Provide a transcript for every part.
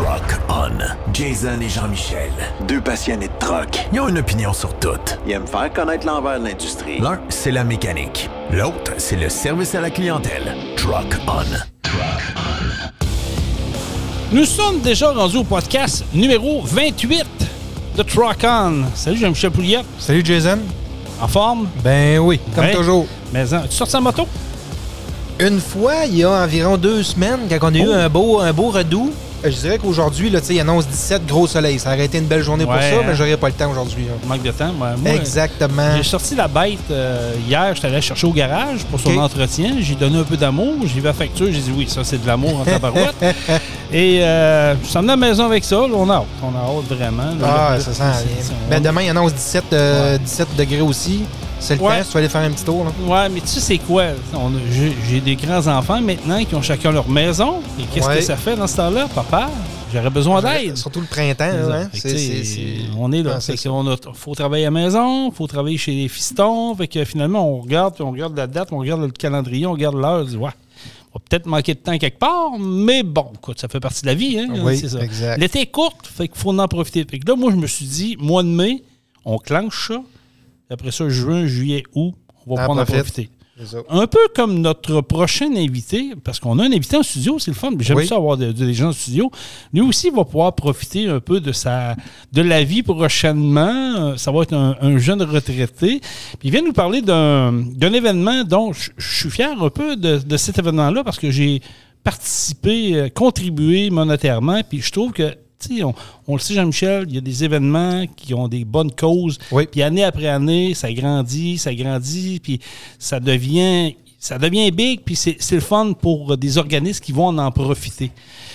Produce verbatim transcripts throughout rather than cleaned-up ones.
Truck On. Jason et Jean-Michel, deux passionnés de truck. Ils ont une opinion sur tout. Ils aiment faire connaître l'envers de l'industrie. L'un, c'est la mécanique. L'autre, c'est le service à la clientèle. Truck On. Truck On. Nous sommes déjà rendus au podcast numéro vingt-huit de Truck On. Salut Jean-Michel Pouliot. Salut Jason. En forme? Ben oui, comme ouais. toujours. Mais hein, tu sorti en moto? Une fois, il y a environ deux semaines, quand on a oh. eu un beau, un beau redout, je dirais qu'aujourd'hui, là, il annonce dix-sept, gros soleil. Ça aurait été une belle journée ouais, pour ça, hein. mais j'aurais pas le temps aujourd'hui. Là. Manque de temps. Ouais, moi, exactement. J'ai sorti la bête euh, hier, j'étais allé chercher au garage pour okay. son entretien. J'ai donné un peu d'amour, j'ai vu la facture, j'ai dit oui, ça c'est de l'amour en tabarouette. Et euh, je suis emmené à la maison avec ça, là, on a hâte. On a hâte vraiment. Là, ah, là, ça sent rien. Ben, demain, il annonce dix-sept, euh, ouais. dix-sept degrés aussi. C'est le ouais. temps, tu vas aller faire un petit tour. Là. Ouais, mais tu sais, c'est quoi? On a, j'ai, j'ai des grands-enfants maintenant qui ont chacun leur maison. Et qu'est-ce ouais. que ça fait dans ce temps-là? Papa, j'aurais besoin d'aide. Surtout le printemps. Hein? C'est, c'est, c'est... On est là. Il faut travailler à la maison, il faut travailler chez les fistons. Fait que finalement, on regarde, puis on regarde la date, on regarde le calendrier, on regarde l'heure. On dit, ouais, on va peut-être manquer de temps quelque part, mais bon, écoute, ça fait partie de la vie. Hein? Oui, c'est ça. Exact. L'été est court, fait qu'il faut en profiter. Fait que là, moi, je me suis dit, mois de mai, on clenche ça. Après ça, juin, juillet, août, on va en prendre profite. à profiter. Un peu comme notre prochain invité, parce qu'on a un invité en studio, c'est le fun. J'aime oui. ça avoir des de, de gens en studio. Lui aussi va pouvoir profiter un peu de sa de la vie prochainement. Ça va être un, un jeune retraité. Puis il vient nous parler d'un, d'un événement dont je, je suis fier un peu de, de cet événement-là parce que j'ai participé, contribué monétairement. Puis je trouve que On, on le sait, Jean-Michel, il y a des événements qui ont des bonnes causes. Oui. Puis année après année, ça grandit, ça grandit, puis ça devient, ça devient big, puis c'est, c'est le fun pour des organismes qui vont en profiter.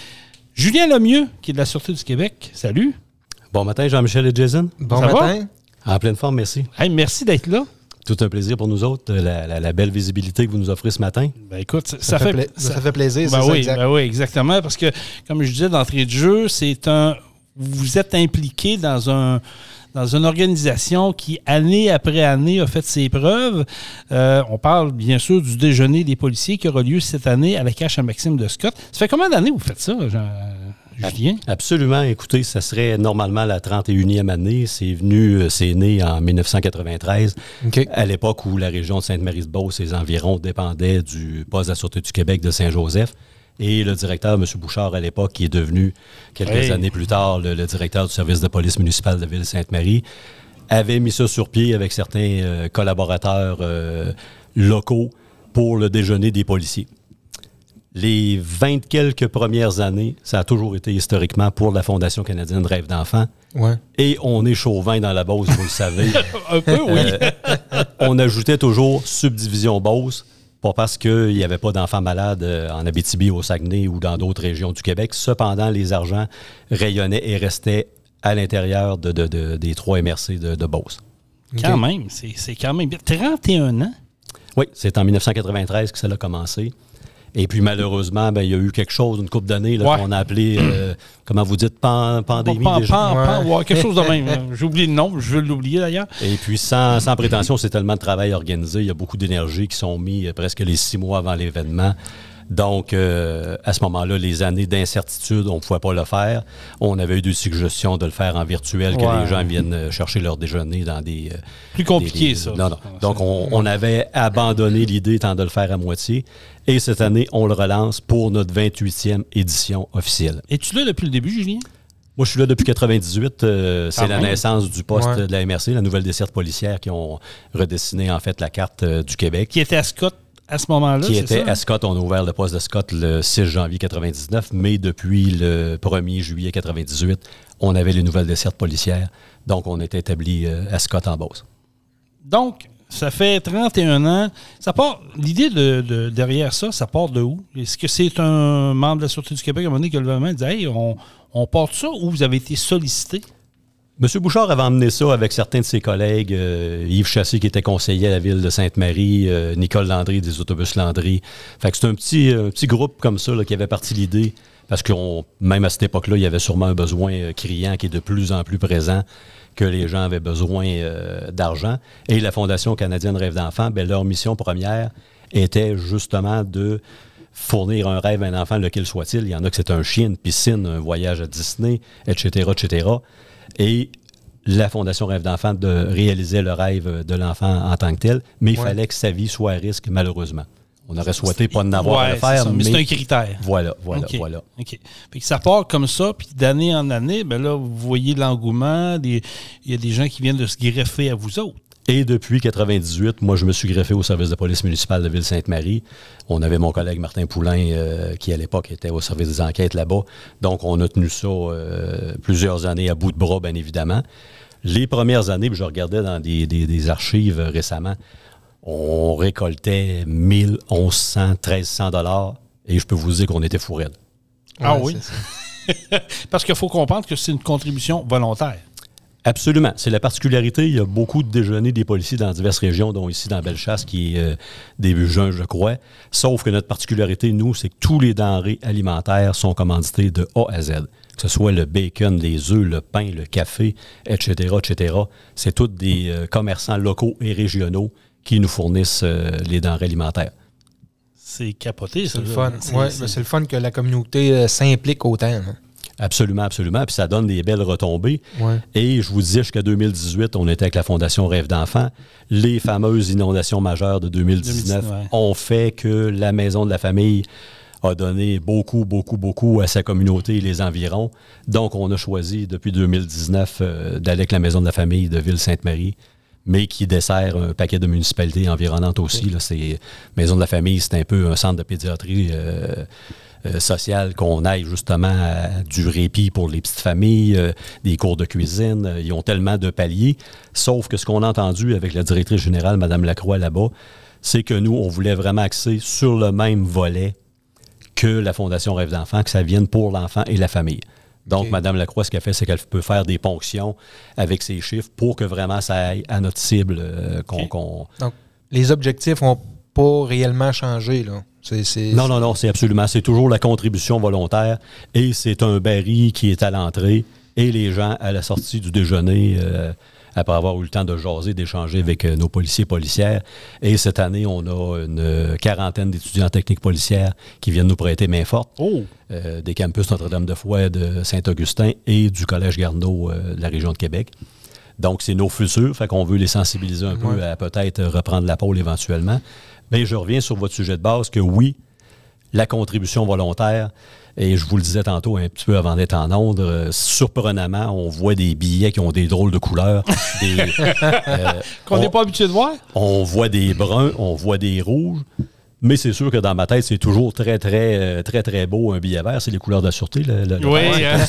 Julien Lemieux, qui est de la Sûreté du Québec, salut. Bon matin, Jean-Michel et Jason. Bon ça matin. Va? En pleine forme, merci. Hey, merci d'être là. Tout un plaisir pour nous autres, la, la, la belle visibilité que vous nous offrez ce matin. Ben écoute, ça, ça, ça, fait, fait, pla- ça, ça fait plaisir. Ben c'est oui, ça, exact. Ben oui, exactement, parce que, comme je disais d'entrée de jeu, c'est un... Vous êtes impliqué dans un... dans une organisation qui, année après année, a fait ses preuves. Euh, on parle, bien sûr, du déjeuner des policiers qui aura lieu cette année à la cache à Maxime de Scott. Ça fait combien d'années que vous faites ça, Jean, Julien? Absolument. Écoutez, ça serait normalement la trente et unième année. C'est venu, c'est né en dix-neuf cent quatre-vingt-treize, okay. à l'époque où la région de Sainte-Marie-de-Beauce et ses environs dépendaient du poste de la Sûreté du Québec de Saint-Joseph. Et le directeur, M. Bouchard, à l'époque, qui est devenu, quelques hey. années plus tard, le, le directeur du service de police municipale de la ville de Sainte-Marie, avait mis ça sur pied avec certains euh, collaborateurs euh, locaux pour le déjeuner des policiers. Les vingt quelques premières années, ça a toujours été historiquement pour la Fondation canadienne de Rêve d'enfants. Ouais. Et on est chauvin dans la Beauce, vous le savez. Un peu, oui. Euh, on ajoutait toujours subdivision Beauce. Pas parce qu'il n'y avait pas d'enfants malades en Abitibi, au Saguenay ou dans d'autres régions du Québec. Cependant, les argents rayonnaient et restaient à l'intérieur de, de, de, des trois M R C de, de Beauce. Quand okay. même, c'est, c'est quand même bien. trente et un ans? Oui, c'est en dix-neuf cent quatre-vingt-treize que ça a commencé. Et puis, malheureusement, ben, il y a eu quelque chose, une couple d'années, là, ouais. qu'on a appelé, euh, comment vous dites, pan, pandémie pan, déjà. Pan, pan, ouais. Ouais, quelque chose de même. J'ai oublié le nom, je veux l'oublier d'ailleurs. Et puis, sans, sans prétention, c'est tellement de travail organisé. Il y a beaucoup d'énergie qui sont mis presque les six mois avant l'événement. Donc, euh, à ce moment-là, les années d'incertitude, on ne pouvait pas le faire. On avait eu des suggestions de le faire en virtuel, que ouais. les gens viennent chercher leur déjeuner dans des... Euh, Plus compliqué, des, ça. Non, non. Donc, on, on avait abandonné l'idée étant de le faire à moitié. Et cette année, on le relance pour notre vingt-huitième édition officielle. Es-tu là depuis le début, Julien? Moi, je suis là depuis quatre-vingt-dix-huit. Euh, c'est ah, la oui. naissance du poste ouais. de la M R C, la nouvelle desserte policière, qui ont redessiné, en fait, la carte euh, du Québec. Qui était à Scott à ce moment-là, Qui c'est était ça? à Scott. On a ouvert le poste de Scott le six janvier quatre-vingt-dix-neuf, mais depuis le premier juillet quatre-vingt-dix-huit, on avait les nouvelles dessertes policières. Donc, on était établi euh, à Scott en Beauce. Donc, ça fait trente et un ans. Ça part, l'idée de, de, derrière ça, ça part de où? Est-ce que c'est un membre de la Sûreté du Québec à un moment donné qui a levé la main et dit « Hey, on, on part de ça » ou vous avez été sollicité? M. Bouchard avait emmené ça avec certains de ses collègues, euh, Yves Chassé qui était conseiller à la ville de Sainte-Marie, euh, Nicole Landry des autobus Landry. Fait que c'est un petit, un petit groupe comme ça là, qui avait parti l'idée, parce que on, même à cette époque-là, il y avait sûrement un besoin euh, criant qui est de plus en plus présent, que les gens avaient besoin euh, d'argent. Et la Fondation canadienne Rêve d'enfants, bien, leur mission première était justement de fournir un rêve à un enfant, lequel soit-il. Il y en a que c'est un chien, une piscine, un voyage à Disney, et cetera, et cetera. Et la Fondation Rêve d'enfant de réaliser le rêve de l'enfant en tant que tel, mais il ouais. fallait que sa vie soit à risque, malheureusement. On aurait souhaité pas en avoir ouais, à le faire, ça, mais, mais c'est un critère. Voilà, voilà, okay. voilà. OK. Fait que ça part comme ça, puis d'année en année, ben là, vous voyez l'engouement, il y a des gens qui viennent de se greffer à vous autres. Et depuis quatre-vingt-dix-huit, moi, je me suis greffé au service de police municipale de Ville-Sainte-Marie. On avait mon collègue Martin Poulain, euh, qui à l'époque était au service des enquêtes là-bas. Donc, on a tenu ça euh, plusieurs années à bout de bras, bien évidemment. Les premières années, puis je regardais dans des, des, des archives récemment, on récoltait mille, onze cents, treize cents dollars et je peux vous dire qu'on était fou raide. Ah ouais, oui? Parce qu'il faut comprendre que c'est une contribution volontaire. Absolument. C'est la particularité. Il y a beaucoup de déjeuners des policiers dans diverses régions, dont ici dans Bellechasse, qui est euh, début juin, je crois. Sauf que notre particularité, nous, c'est que tous les denrées alimentaires sont commandités de A à Z. Que ce soit le bacon, les œufs, le pain, le café, et cetera, et cetera. C'est tous des euh, commerçants locaux et régionaux qui nous fournissent euh, les denrées alimentaires. C'est capoté, c'est le fun. C'est, ouais, c'est... c'est le fun que la communauté euh, s'implique autant. Hein. Absolument, absolument. Puis ça donne des belles retombées. Ouais. Et je vous disais, jusqu'à deux mille dix-huit, on était avec la Fondation Rêve d'enfant. Les fameuses inondations majeures de deux mille dix-neuf deux mille dix-neuf, ouais. ont fait que la Maison de la famille a donné beaucoup, beaucoup, beaucoup à sa communauté et les environs. Donc, on a choisi depuis deux mille dix-neuf euh, d'aller avec la Maison de la famille de Ville-Sainte-Marie, mais qui dessert un paquet de municipalités environnantes aussi. Oui. Là, c'est, Maison de la famille, c'est un peu un centre de pédiatrie euh, euh, sociale qu'on aille justement à du répit pour les petites familles, euh, des cours de cuisine. Ils ont tellement de paliers. Sauf que ce qu'on a entendu avec la directrice générale, Mme Lacroix, là-bas, c'est que nous, on voulait vraiment axer sur le même volet que la Fondation Rêve d'enfant, que ça vienne pour l'enfant et la famille. Donc, okay. Mme Lacroix, ce qu'elle fait, c'est qu'elle peut faire des ponctions avec ses chiffres pour que vraiment ça aille à notre cible. Euh, qu'on, okay. qu'on... Donc, les objectifs n'ont pas réellement changé, là? C'est, c'est, non, non, non, c'est absolument. C'est toujours la contribution volontaire et c'est un baril qui est à l'entrée et les gens à la sortie du déjeuner, euh, après avoir eu le temps de jaser, d'échanger avec euh, nos policiers et policières. Et cette année, on a une quarantaine d'étudiants techniques policières qui viennent nous prêter main forte. Oh. Euh, des campus Notre-Dame-de-Foix de Saint-Augustin et du Collège Garneau euh, de la région de Québec. Donc, c'est nos futurs, fait qu'on veut les sensibiliser un ouais. peu à peut-être reprendre la pôle éventuellement. Mais je reviens sur votre sujet de base que oui, la contribution volontaire, et je vous le disais tantôt un petit peu avant d'être en onde, euh, surprenamment, on voit des billets qui ont des drôles de couleurs. Des, euh, Qu'on n'est pas habitué de voir? On voit des bruns, on voit des rouges. Mais c'est sûr que dans ma tête, c'est toujours très, très, très, très beau, un billet vert. C'est les couleurs de la sûreté. Le, le, oui.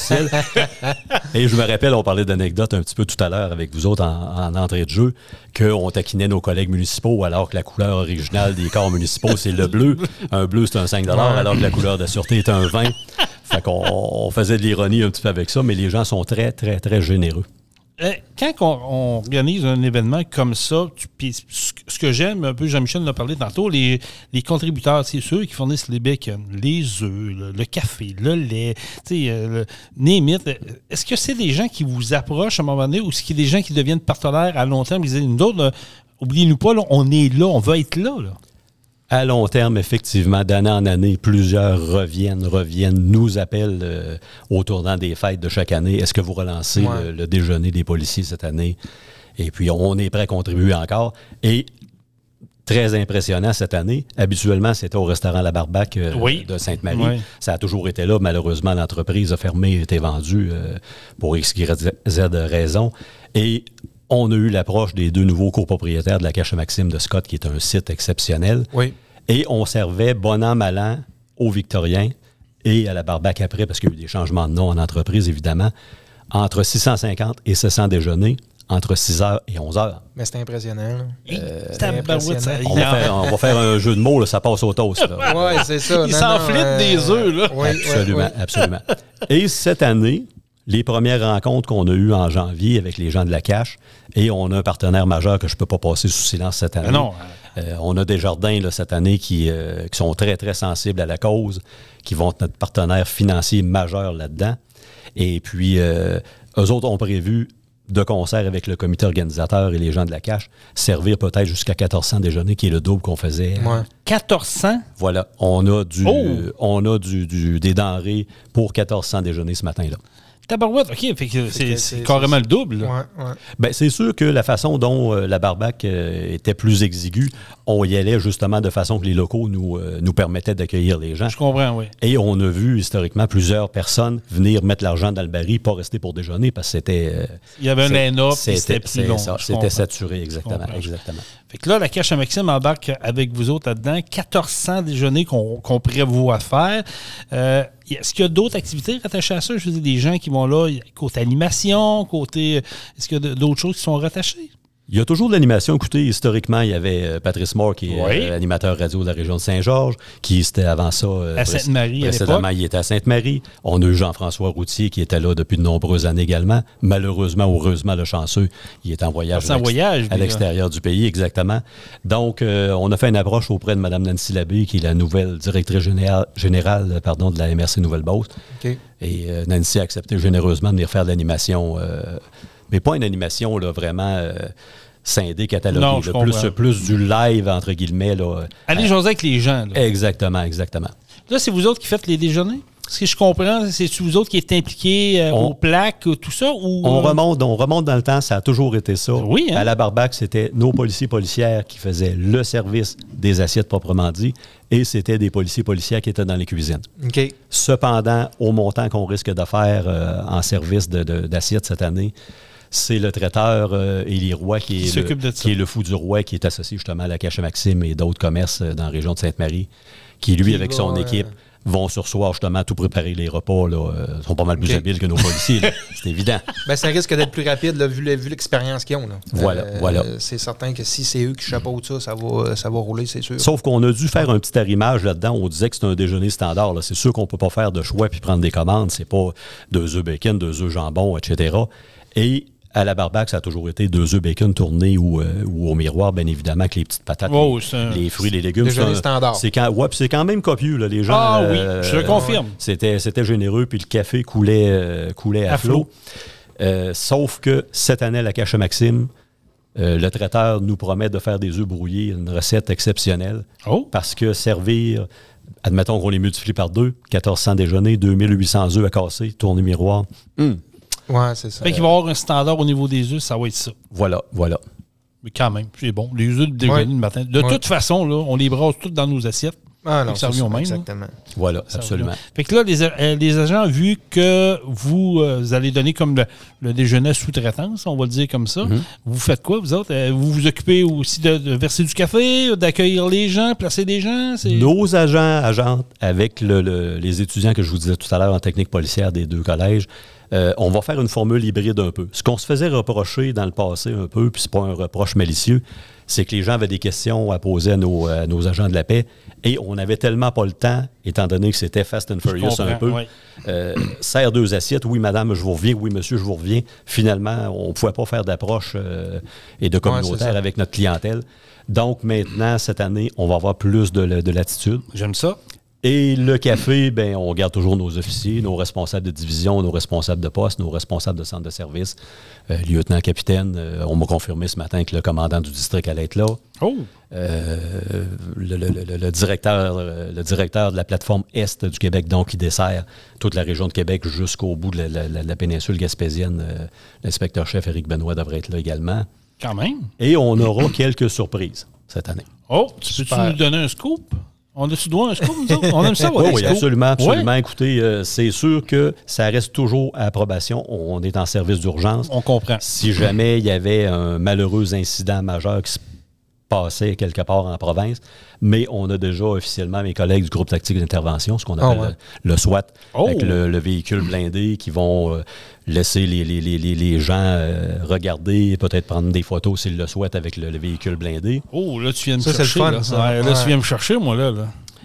Hein? Et je me rappelle, on parlait d'anecdotes un petit peu tout à l'heure avec vous autres en, en entrée de jeu, qu'on taquinait nos collègues municipaux alors que la couleur originale des corps municipaux, c'est le bleu. Un bleu, c'est un cinq dollars, alors que la couleur de la sûreté est un vingt. Fait qu'on on faisait de l'ironie un petit peu avec ça, mais les gens sont très, très, très généreux. Quand on, on organise un événement comme ça, tu, pis ce que j'aime, un peu, Jean-Michel en a parlé tantôt, les, les contributeurs, c'est ceux qui fournissent les bacon, les œufs, le, le café, le lait, tu sais, le némite. Est-ce que c'est des gens qui vous approchent à un moment donné ou est-ce qu'il y a des gens qui deviennent partenaires à long terme? Ils disent, nous autres, là, oubliez-nous pas, là, on est là, on va être là, là. À long terme, effectivement, d'année en année, plusieurs reviennent, reviennent, nous appellent euh, au tournant des fêtes de chaque année. Est-ce que vous relancez ouais. le, le déjeuner des policiers cette année? Et puis, on est prêt à contribuer encore. Et très impressionnant cette année, habituellement, c'était au restaurant La Barbaque euh, oui. de Sainte-Marie. Oui. Ça a toujours été là. Malheureusement, l'entreprise a fermé, a été vendue euh, pour X, Y, Z raisons. Et on a eu l'approche des deux nouveaux copropriétaires de la Cache Maxime de Scott, qui est un site exceptionnel. Oui. Et on servait bon an, mal an aux Victoriens et à la Barbaque après, parce qu'il y a eu des changements de nom en entreprise, évidemment, entre six cent cinquante et sept cents déjeuners, entre six heures et onze heures. Mais c'est impressionnant. Euh, c'est impressionnant. On va, faire, on va faire un jeu de mots, là, ça passe au toast. Oui, c'est ça. Il s'enflite euh... des œufs. Là. Oui, absolument, oui, oui. absolument. Et cette année, les premières rencontres qu'on a eues en janvier avec les gens de la Cache, et on a un partenaire majeur que je ne peux pas passer sous silence cette année. Mais non. Euh, on a des jardins là, cette année qui, euh, qui sont très, très sensibles à la cause, qui vont être notre partenaire financier majeur là-dedans. Et puis, euh, eux autres ont prévu de concert avec le comité organisateur et les gens de la cache, servir peut-être jusqu'à quatre cents déjeuners, qui est le double qu'on faisait. Ouais. quatre cents? Voilà. On a, du, oh. on a du, du, des denrées pour quatorze cents déjeuners ce matin-là. Tabarouette, OK. Fait que c'est, c'est carrément c'est, le double. Ouais, ouais. Ben, c'est sûr que la façon dont euh, la barbaque euh, était plus exiguë, on y allait justement de façon que les locaux nous, euh, nous permettaient d'accueillir les gens. Je comprends, oui. Et on a vu historiquement plusieurs personnes venir mettre l'argent dans le baril, pas rester pour déjeuner parce que c'était... Euh, Il y avait un line-up, c'était plus long. Ça, c'était saturé, exactement, exactement. Fait que là, la cache à Maxime embarque avec vous autres là-dedans. quatorze cents déjeuners qu'on, qu'on prévoit faire. Euh, est-ce qu'il y a d'autres activités rattachées à ça? Je veux dire, des gens qui vont là, côté animation, côté... Est-ce qu'il y a d'autres choses qui sont rattachées? Il y a toujours de l'animation. Écoutez, historiquement, il y avait Patrice Moore, qui est oui. euh, animateur radio de la région de Saint-Georges, qui était avant ça... Euh, à Sainte-Marie, précédemment, il était à Sainte-Marie. On a eu Jean-François Routier, qui était là depuis de nombreuses années également. Malheureusement, ou heureusement, le chanceux, il est en voyage, en voyage à l'extérieur du pays, exactement. Donc, euh, on a fait une approche auprès de Mme Nancy Labbé, qui est la nouvelle directrice générale, générale pardon, de la M R C Nouvelle-Beauce. Okay. Et euh, Nancy a accepté généreusement de venir faire de l'animation... Euh, mais pas une animation là, vraiment euh, scindée, cataloguée. Non, là, plus, plus du live, entre guillemets. Là, Allez jaser avec les gens. Là. Exactement, exactement. Là, c'est vous autres qui faites les déjeuners? Ce que je comprends, c'est vous autres qui êtes impliqués euh, on, aux plaques, tout ça? Ou, on, remonte, on remonte dans le temps, ça a toujours été ça. Oui, hein? À la barbaque, c'était nos policiers policières qui faisaient le service des assiettes proprement dit, et c'était des policiers policières qui étaient dans les cuisines. Okay. Cependant, au montant qu'on risque de faire euh, en service de, de, d'assiettes cette année, c'est le traiteur euh, Élie Roy qui est, qui, le, qui est le fou du roi, qui est associé justement à la Cache Maxime et d'autres commerces dans la région de Sainte-Marie, qui, lui, qui avec va, son euh... équipe, vont sur soir justement tout préparer les repas. Là, euh, sont pas mal plus okay. habiles que nos policiers. Là. C'est évident. Ben, ça risque d'être plus rapide là, vu, vu l'expérience qu'ils ont. Là. Voilà, euh, voilà. C'est certain que si c'est eux qui chapeautent ça, ça va, ça va rouler, c'est sûr. Sauf qu'on a dû faire un petit arrimage là-dedans. On disait que c'est un déjeuner standard. Là. C'est sûr qu'on peut pas faire de choix puis prendre des commandes. C'est pas deux œufs bacon, deux œufs jambon, et cetera. Et à la barbaque, ça a toujours été deux œufs bacon tournés ou, euh, ou au miroir, bien évidemment, avec les petites patates, oh, les, un... les fruits, les légumes. Déjeuner standard. C'est quand, ouais, c'est quand même copieux, là, les gens. Ah oui, euh, je le confirme. Euh, c'était, c'était généreux, puis le café coulait, euh, coulait à, à flot. Euh, sauf que cette année, à la Cache Maxime, euh, le traiteur nous promet de faire des œufs brouillés, une recette exceptionnelle. Oh. Parce que servir... Admettons qu'on les multiplie par deux, quatorze cents déjeuners, deux mille huit cents œufs à casser, tourner miroir. Hum. Ouais, c'est ça. Fait qu'il va y avoir un standard au niveau des œufs, ça va être ça. Voilà, voilà. Mais quand même, c'est bon. Les œufs de déjeuner ouais. le matin. De ouais. toute façon, là, on les brasse toutes dans nos assiettes. Ah non, ça revient même. Exactement. Là. Voilà, absolument. Fait que là, les, euh, les agents, vu que vous, euh, vous allez donner comme le, le déjeuner sous-traitance, on va le dire comme ça, mm-hmm. vous faites quoi, vous autres? Euh, vous vous occupez aussi de, de verser du café, d'accueillir les gens, placer des gens? C'est... Nos agents, agentes, avec le, le, les étudiants que je vous disais tout à l'heure en technique policière des deux collèges, Euh, on va faire une formule hybride un peu. Ce qu'on se faisait reprocher dans le passé un peu, puis c'est pas un reproche malicieux, c'est que les gens avaient des questions à poser à nos, à nos agents de la paix et on n'avait tellement pas le temps, étant donné que c'était Fast and Furious un peu. Ouais. Euh, serre deux assiettes, oui madame, je vous reviens, oui monsieur, je vous reviens. Finalement, on ne pouvait pas faire d'approche euh, et de communautaire ouais, avec notre clientèle. Donc maintenant, cette année, on va avoir plus de, de latitude. J'aime ça. Et le café, ben, on garde toujours nos officiers, nos responsables de division, nos responsables de poste, nos responsables de centre de service, euh, lieutenant, capitaine. Euh, on m'a confirmé ce matin que le commandant du district allait être là. Oh! Euh, le, le, le, le, directeur, le directeur de la plateforme Est du Québec, donc, qui dessert toute la région de Québec jusqu'au bout de la, la, la, la péninsule gaspésienne, euh, l'inspecteur-chef Éric Benoît devrait être là également. Quand même! Et on aura quelques surprises cette année. Oh! Tu peux-tu nous donner un scoop? On a-tu droit à un scoop, nous autres? On aime ça, ouais, oui, absolument, absolument. Ouais. Écoutez, euh, c'est sûr que ça reste toujours à approbation. On est en service d'urgence. On comprend. Si jamais il y avait un malheureux incident majeur qui se passait quelque part en province, mais on a déjà officiellement mes collègues du groupe tactique d'intervention, ce qu'on appelle oh, ouais. le, le SWAT, oh. avec le, le véhicule blindé qui vont euh, laisser les, les, les, les gens euh, regarder, peut-être prendre des photos s'ils le souhaitent avec le, le véhicule blindé. Oh, là, tu viens me ça, chercher. C'est le fun, là, ça. Ouais, là ouais. tu viens me chercher, moi, là. là.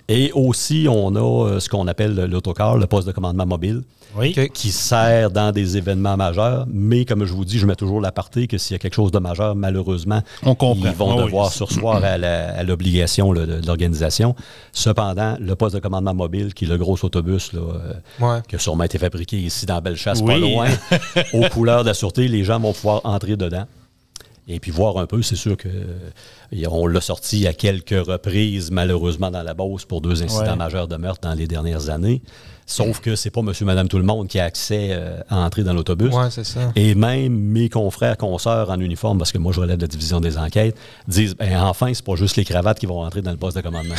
Et aussi, on a euh, ce qu'on appelle l'autocar, le poste de commandement mobile, oui. qui sert dans des événements majeurs. Mais comme je vous dis, je mets toujours l'aparté que s'il y a quelque chose de majeur, malheureusement, on comprend. ils vont oh, devoir oui. surseoir à, la, à l'obligation là, de, de l'organisation. Cependant, le poste de commandement mobile, qui est le gros autobus là, euh, ouais. qui a sûrement été fabriqué ici dans Bellechasse, oui. pas loin, aux couleurs de la sûreté, les gens vont pouvoir entrer dedans. Et puis voir un peu, c'est sûr qu'on l'a sorti à quelques reprises, malheureusement, dans la Beauce pour deux incidents ouais. majeurs de meurtre dans les dernières années. Sauf que c'est pas monsieur, madame, tout le monde qui a accès euh, à entrer dans l'autobus. Ouais, c'est ça. Et même mes confrères, consoeurs en uniforme, parce que moi, je relève de la division des enquêtes, disent, ben, enfin, c'est pas juste les cravates qui vont rentrer dans le poste de commandement.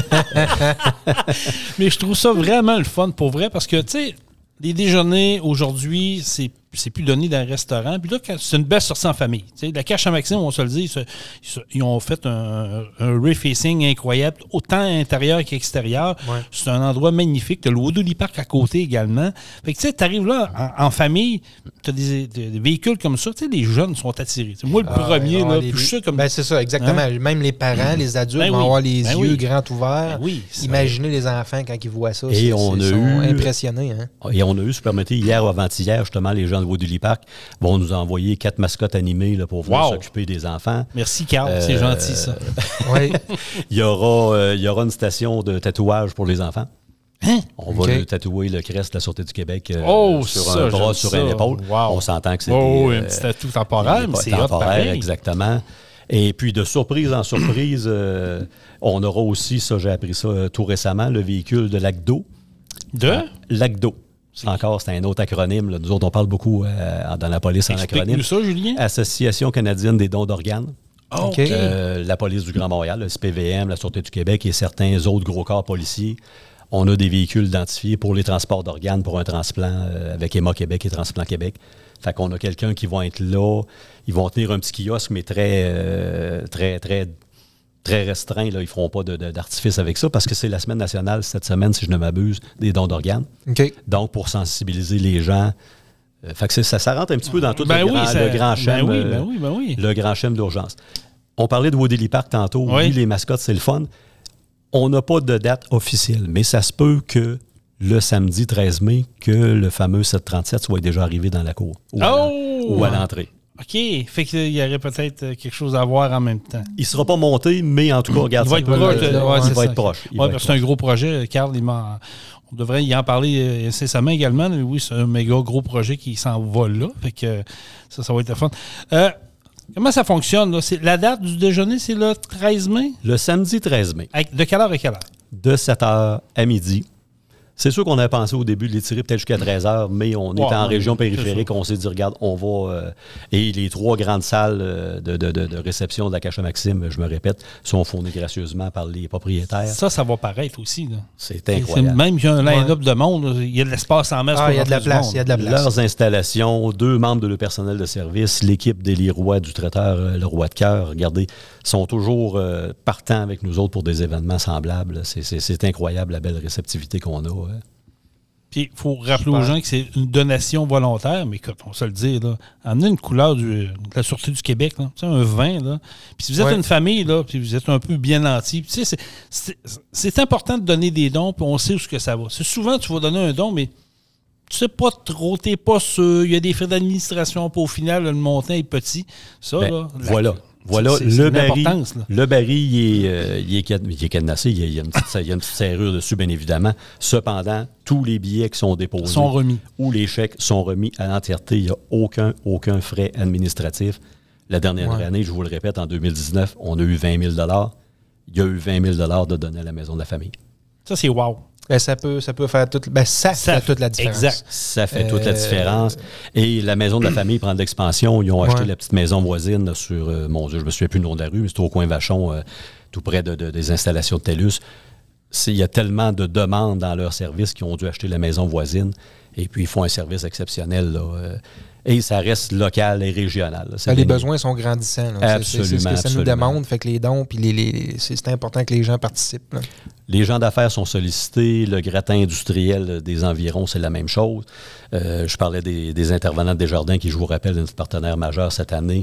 Mais je trouve ça vraiment le fun, pour vrai, parce que, tu sais, les déjeuners, aujourd'hui, c'est c'est plus donné dans un restaurant. Puis là, c'est une belle sortie en famille. T'sais, la Cache à Maxime, on se le dit, ils, ils ont fait un, un refacing incroyable, autant intérieur qu'extérieur. Ouais. C'est un endroit magnifique. Tu as le Woodley Park à côté également. Fait que tu sais, tu arrives là, en, en famille, tu as des, des, des véhicules comme ça. Tu sais, les jeunes sont attirés. T'sais, moi, le ah, premier, là, les, je suis comme... Ben, c'est ça, exactement. Hein? Même les parents, les adultes ben vont oui. avoir les ben yeux oui. grands ouverts. Ben oui, Imaginez les enfants quand ils voient ça. Et c'est, on c'est, a ils sont eu... impressionnés. Hein? Et on a eu, si vous permettez, hier ou avant-hier, justement, les gens de Woodley Park vont nous envoyer quatre mascottes animées là, pour venir wow. s'occuper des enfants. Merci, Carl. Euh, c'est gentil, ça. Oui. Il y aura, euh, il y aura une station de tatouage pour les enfants. Hein? On va okay. le tatouer le crest de la Sûreté du Québec euh, oh, sur ça, un bras, sur une épaule. Wow. On s'entend que c'est oh, des, un petit tatou temporaire, mais c'est temporaire, exactement. Et puis, de surprise en surprise, euh, on aura aussi, ça, j'ai appris ça euh, tout récemment, le véhicule de Lac d'eau. De? Euh, Lac d'eau. C'est Encore, c'est un autre acronyme. Là. Nous autres, on parle beaucoup euh, dans la police en acronyme. Explique-nous ça, Julien. Association canadienne des dons d'organes. Oh, okay. euh, la police du Grand Montréal, le S P V M, la Sûreté du Québec et certains autres gros corps policiers. On a des véhicules identifiés pour les transports d'organes pour un transplant euh, avec Emma Québec et Transplant Québec. Fait qu'on a quelqu'un qui va être là. Ils vont tenir un petit kiosque, mais très, euh, très, très... très restreint, là, ils ne feront pas de, de, d'artifice avec ça parce que c'est la semaine nationale cette semaine, si je ne m'abuse, des dons d'organes. Okay. Donc, pour sensibiliser les gens, euh, fait que c'est, ça, ça rentre un petit peu dans tout ben le, oui, grand, ça, le grand chem, ben oui, ben oui, ben oui. le grand chem d'urgence. On parlait de Woodley Park tantôt. Oui. oui, les mascottes, c'est le fun. On n'a pas de date officielle, mais ça se peut que le samedi treize mai, que le fameux sept trente-sept soit déjà arrivé dans la cour ou, oh! à, ou à l'entrée. OK. Fait qu'il y aurait peut-être quelque chose à voir en même temps. Il ne sera pas monté, mais en tout cas, regarde, il va être proche. De, euh, ouais, il va être proche. Oui, parce que c'est un gros projet. Carl, il m'en, on devrait y en parler incessamment également. Mais oui, c'est un méga gros projet qui s'envole là. Fait que ça, ça va être le fun. Euh, comment ça fonctionne, là? C'est, la date du déjeuner, c'est le treize mai? Le samedi treize mai. De quelle heure à quelle heure? De sept heures à midi. C'est sûr qu'on avait pensé au début de l'étirer peut-être jusqu'à treize heures, mais on est wow, en région périphérique. On s'est dit, regarde, on va... Euh, et les trois grandes salles de, de, de, de réception de la Cache à Maxime, je me répète, sont fournies gracieusement par les propriétaires. Ça, ça va paraître aussi. Là. C'est incroyable. C'est, même qu'il y a un line-up ouais. de monde, il y a de l'espace en masse. Ah, il y a de la place, il y a de la place. Leurs installations, deux membres de le personnel de service, l'équipe d'Élie Roy, du traiteur euh, Le Roi de Cœur, regardez, sont toujours euh, partants avec nous autres pour des événements semblables. C'est, c'est, c'est incroyable la belle réceptivité qu'on a. Ouais. Puis, il faut rappeler Super. aux gens que c'est une donation volontaire, mais écoute, on se le dit, là, en une couleur du, de la Sûreté du Québec, là, un vin, là. Puis si vous êtes ouais. une famille, là, puis vous êtes un peu bien nantis, tu sais, c'est, c'est, c'est important de donner des dons, puis on sait où ce que ça va. C'est souvent, tu vas donner un don, mais tu sais pas trop, t'es pas sûr, il y a des frais d'administration, puis au final, le montant est petit. Ça, ben, là... Voilà. La, Voilà, c'est, le, c'est baril, le baril, il est, euh, il est, il est cadenassé, il y, a, il, y a une petite, il y a une petite serrure dessus, bien évidemment. Cependant, tous les billets qui sont déposés sont remis. Ou les chèques sont remis à l'entièreté. Il n'y a aucun, aucun frais administratif. La dernière ouais. année, je vous le répète, en deux mille dix-neuf, on a eu vingt mille dollars. Il y a eu vingt mille dollars de donner à la maison de la famille. Ça, c'est wow. Ben, ça peut, ça peut faire toute, ben, ça, ça fait toute la différence. Exact. Ça fait euh, toute la différence. Et la maison de la famille prend de l'expansion. Ils ont acheté ouais. la petite maison voisine là, sur, euh, mon Dieu, je me souviens plus du nom de la rue, mais c'était au coin Vachon, euh, tout près de, de, des installations de TELUS. Il y a tellement de demandes dans leur service qu'ils ont dû acheter la maison voisine. Et puis, ils font un service exceptionnel, là. Euh, et ça reste local et régional. Là. Les bien... besoins sont grandissants. Là. Absolument. C'est, c'est ce que ça absolument. nous demande. Fait que les dons, puis les, les, c'est, c'est important que les gens participent. Là. Les gens d'affaires sont sollicités. Le gratin industriel des environs, c'est la même chose. Euh, je parlais des, des intervenants de Desjardins qui, je vous rappelle, est notre partenaire majeur cette année.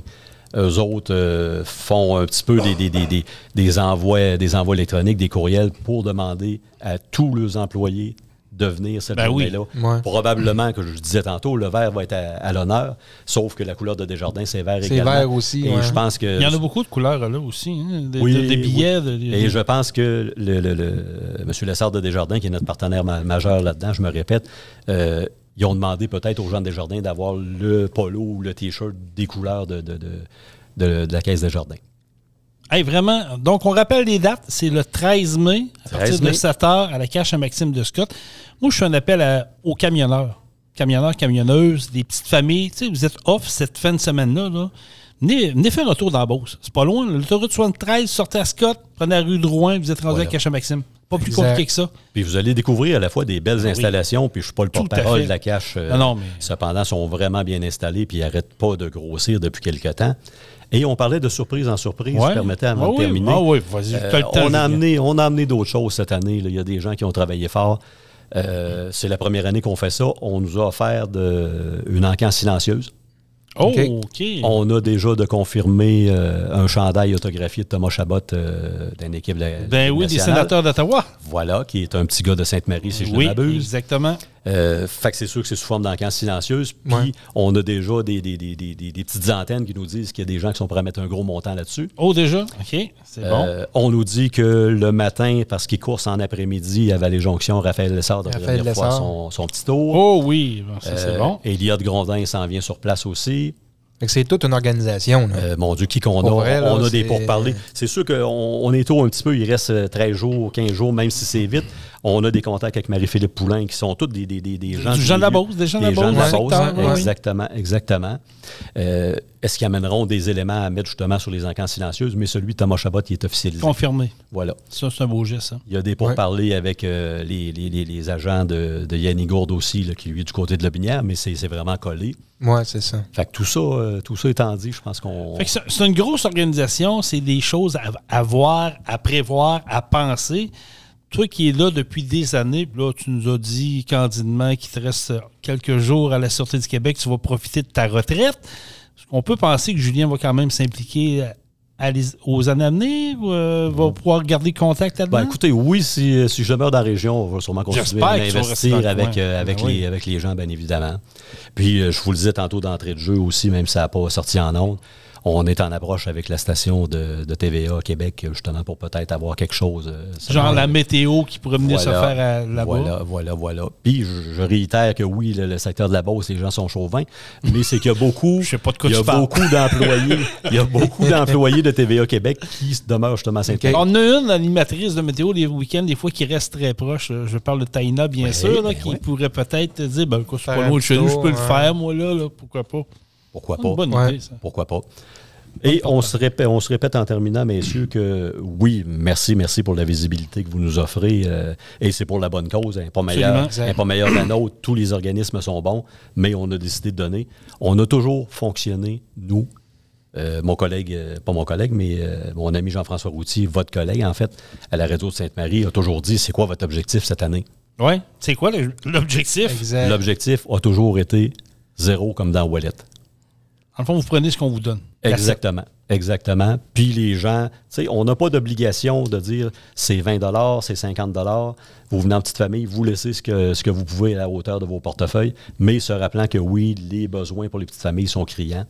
Eux autres euh, font un petit peu des, des, des, des, des, envois, des envois électroniques, des courriels pour demander à tous leurs employés de venir cette ben journée-là. Oui. Ouais. Probablement, que je disais tantôt, le vert va être à, à l'honneur, sauf que la couleur de Desjardins, c'est vert c'est également. C'est vert aussi. Et ouais. je pense que... Il y en a beaucoup de couleurs là aussi, hein? Des, oui, de, des billets. Oui. De, de, Et je pense que le, le, le, M. Lessard de Desjardins, qui est notre partenaire ma- majeur là-dedans, je me répète, euh, ils ont demandé peut-être aux gens de Desjardins d'avoir le polo ou le T-shirt des couleurs de, de, de, de, de la Caisse Desjardins. Hey, vraiment. Donc, on rappelle les dates. C'est le treize mai, à partir de sept heures, à la cache à Maxime de Scott. Moi, je fais un appel à, aux camionneurs. Camionneurs, camionneuses, des petites familles. Tu sais, vous êtes off cette fin de semaine-là. Là. Venez, venez faire un tour dans la Beauce. C'est pas loin. L'autoroute soixante-treize, sortez à Scott, prenez la rue de Rouen, vous êtes rendu voilà. à cache à Maxime. Pas plus exact. Compliqué que ça. Puis vous allez découvrir à la fois des belles oui. installations, puis je ne suis pas le porte-parole de la cache. Euh, non, non, mais... Cependant, ils sont vraiment bien installés, puis ils n'arrêtent pas de grossir depuis quelque temps. Et on parlait de surprise en surprise, ouais. permettez avant ah, de oui. terminer. Ah oui, vas-y, euh, t'as le temps, on, a amené, on a amené d'autres choses cette année. Là. Il y a des gens qui ont travaillé fort. Euh, c'est la première année qu'on fait ça. On nous a offert de, une encan silencieuse. Oh, OK. Okay. On a déjà de confirmer euh, un chandail autographié de Thomas Chabot euh, d'une équipe de la Ben oui, nationale. Des sénateurs d'Ottawa. Voilà, qui est un petit gars de Sainte-Marie, si je oui, ne m'abuse. Exactement. Euh, fait que c'est sûr que c'est sous forme d'encan silencieuse. Puis ouais. on a déjà des, des, des, des, des, des petites antennes qui nous disent qu'il y a des gens qui sont prêts à mettre un gros montant là-dessus. Oh, déjà? OK, c'est euh, bon. On nous dit que le matin, parce qu'il course en après-midi à Vallée-Jonction, Raphaël Lessard devrait venir faire son, son petit tour. Oh oui, ça, c'est euh, bon. Eliott Grondin s'en vient sur place aussi. C'est toute une organisation. Euh, mon Dieu, qui qu'on a? Vrai, là, on a des pourparlers. C'est sûr qu'on on est tôt un petit peu, il reste treize jours, quinze jours, même si c'est vite. On a des contacts avec Marie-Philippe Poulain qui sont tous des, des, des, des gens... Du Jean de la Beauce, des gens de la Beauce. Des gens de la Beauce, secteur, exactement, oui. exactement. Euh, est-ce qu'ils amèneront des éléments à mettre justement sur les encans silencieuses? Mais celui de Thomas Chabot, il est officialisé. Confirmé. Voilà. Ça, c'est un beau geste. Hein. Il y a des pourparlers ouais. avec euh, les, les, les, les agents de, de Yannick Gourde aussi, là, qui lui est du côté de la Binière, mais c'est, c'est vraiment collé. Oui, c'est ça. Fait que tout ça, euh, tout ça étant dit, je pense qu'on... Fait que c'est, c'est une grosse organisation, c'est des choses à, à voir, à prévoir, à penser. Toi qui es là depuis des années, puis là, tu nous as dit candidement qu'il te reste quelques jours à la Sûreté du Québec, tu vas profiter de ta retraite. On peut penser que Julien va quand même s'impliquer à les, aux années à venir, euh, va pouvoir garder contact là-dedans? Ben, écoutez, oui, si, si je demeure dans la région, on va sûrement continuer à investir avec, euh, avec, ben les, oui. avec les gens, bien évidemment. Puis, euh, je vous le disais tantôt d'entrée de jeu aussi, même si ça n'a pas sorti en ondes, on est en approche avec la station de, de T V A Québec, justement, pour peut-être avoir quelque chose. Euh, Genre la météo qui pourrait venir voilà, se faire à, là-bas. Voilà, voilà, voilà. Puis, je, je réitère que oui, le, le secteur de la Beauce, les gens sont chauvins, mais c'est qu'il y a beaucoup, je sais pas de quoi il y a beaucoup d'employés, il y a beaucoup d'employés de T V A Québec qui demeurent justement à Saint-Étienne. On a une animatrice de météo les week-ends, des fois, qui reste très proche. Je parle de Taïna, bien ouais, sûr, là, ben qui ouais. pourrait peut-être dire, ben, c'est pas loin de chez nous, je peux ouais. le faire, moi, là, là pourquoi pas? Pourquoi pas? Bonne ouais. idée, ça. Pourquoi pas? Et on se, répète, on se répète en terminant, messieurs, que oui, merci, merci pour la visibilité que vous nous offrez. Euh, et c'est pour la bonne cause. Elle n'est pas meilleure, elle n'est pas meilleure que la nôtre. Tous les organismes sont bons, mais on a décidé de donner. On a toujours fonctionné, nous, euh, mon collègue, euh, pas mon collègue, mais euh, mon ami Jean-François Routier, votre collègue, en fait, à la radio de Sainte-Marie, a toujours dit, c'est quoi votre objectif cette année? Oui, c'est quoi l'objectif? Exact. L'objectif a toujours été zéro comme dans Wallet. En fond, vous prenez ce qu'on vous donne. Exactement. Exactement. Puis les gens, tu sais, on n'a pas d'obligation de dire c'est vingt dollars, c'est cinquante dollars. Vous venez en petite famille, vous laissez ce que, ce que vous pouvez à la hauteur de vos portefeuilles, mais se rappelant que oui, les besoins pour les petites familles sont criants.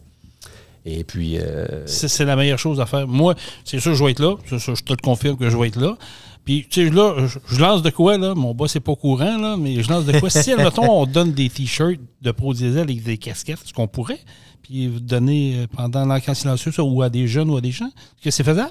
Et puis... Euh... C'est, c'est la meilleure chose à faire. Moi, c'est sûr, je vais être là. C'est sûr, je te le confirme que je vais être là. Puis, tu sais, là, je, je lance de quoi, là? Mon boss n'est pas au courant, là, mais je lance de quoi? Si, admettons, on donne des t-shirts de Pro Diesel avec des casquettes, ce qu'on pourrait, puis vous donner pendant l'encan silencieux ça, ou à des jeunes ou à des gens, est-ce que c'est faisable?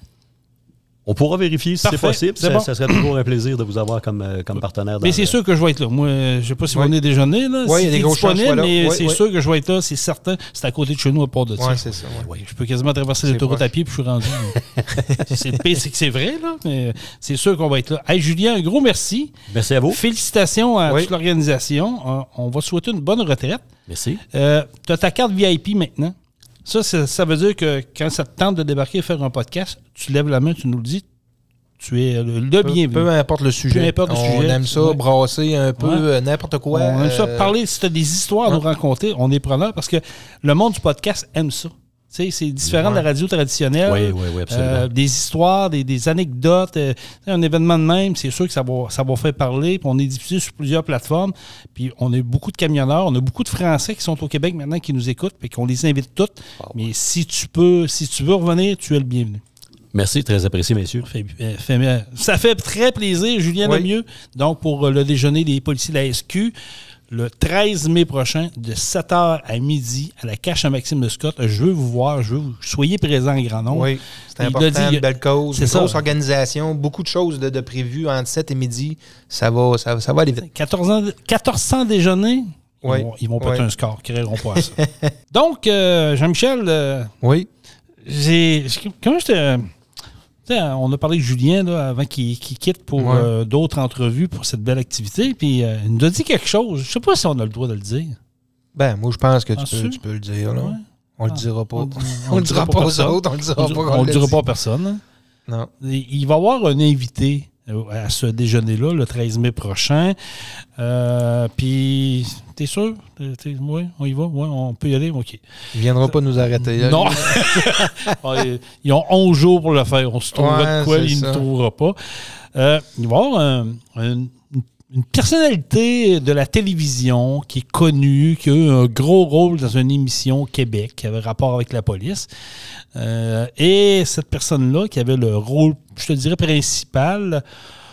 On pourra vérifier si Parfait, c'est possible. C'est ça, bon. Ça serait toujours un plaisir de vous avoir comme, comme partenaire. Mais c'est le... sûr que je vais être là. Moi, je ne sais pas si oui. vous venez déjeuner. Là, oui, si il y a des gros chances. Mais oui, c'est oui. sûr que je vais être là. C'est certain. C'est à côté de chez nous, à Port de Tir. Oui, c'est ça. Oui. Oui, je peux quasiment traverser l'autoroute à pied puis je suis rendu. c'est le pire, c'est que c'est vrai, là. Mais c'est sûr qu'on va être là. Hey, Julien, un gros merci. Merci à vous. Félicitations à oui. toute l'organisation. On va souhaiter une bonne retraite. Merci. Euh, tu as ta carte V I P maintenant. Ça, ça, ça veut dire que quand ça te tente de débarquer et faire un podcast, tu lèves la main, tu nous le dis. Tu es le, le bienvenu. Peu importe le sujet. Peu importe le on sujet. aime ça, ouais. brasser un peu, ouais. n'importe quoi. On aime ça euh... parler. Si tu as des histoires à ouais. nous rencontrer, on est preneur parce que le monde du podcast aime ça. sais, c'est différent ouais. de la radio traditionnelle. Oui, oui, oui, absolument. Euh, des histoires, des, des anecdotes. Euh, un événement de même, c'est sûr que ça va, ça va faire parler. Puis on est diffusé sur plusieurs plateformes. Puis on a beaucoup de camionneurs. On a beaucoup de Français qui sont au Québec maintenant qui nous écoutent. Puis qu'on les invite toutes. Wow. Mais si tu peux, si tu veux revenir, tu es le bienvenu. Merci, très apprécié, messieurs. Fait, fait, ça fait très plaisir, Julien oui. Lemieux. Donc, pour le déjeuner des policiers de la S Q, le treize mai prochain, de sept heures à midi, à la cache à Maxime de Scott, je veux vous voir, je veux que vous soyez présents en grand nombre. Oui, c'est important, dit, une belle cause, une grosse organisation, beaucoup de choses de, de prévues entre sept et midi. Ça va, ça, ça va aller vite. quatorze cents déjeuners, oui. ils vont, ils vont péter oui. un score, ils ne créeront pas à ça. Donc, euh, Jean-Michel, euh, oui. j'ai, comment je te... T'sais, on a parlé de Julien là, avant qu'il, qu'il quitte pour ouais. euh, d'autres entrevues pour cette belle activité. Puis euh, il nous a dit quelque chose. Je ne sais pas si on a le droit de le dire. Ben, moi, je pense que tu peux, tu peux le dire. Là. Ouais. On ne ah, le dira pas. On ne le dira pas aux autres. On ne le dira pas, on le dira pas à personne. Hein. Non. Il va y avoir un invité à ce déjeuner-là, le treize mai prochain. Euh, puis, t'es sûr? Oui, on y va? Oui, on peut y aller? OK. Il ne viendra pas nous arrêter. Là, non. Ils ont onze jours pour le faire. On se trouvera ouais, de quoi, il ne trouvera pas. Euh, il va y avoir un, un, une personnalité de la télévision qui est connue, qui a eu un gros rôle dans une émission au Québec qui avait rapport avec la police. Euh, et cette personne-là, qui avait le rôle, je te dirais, principal,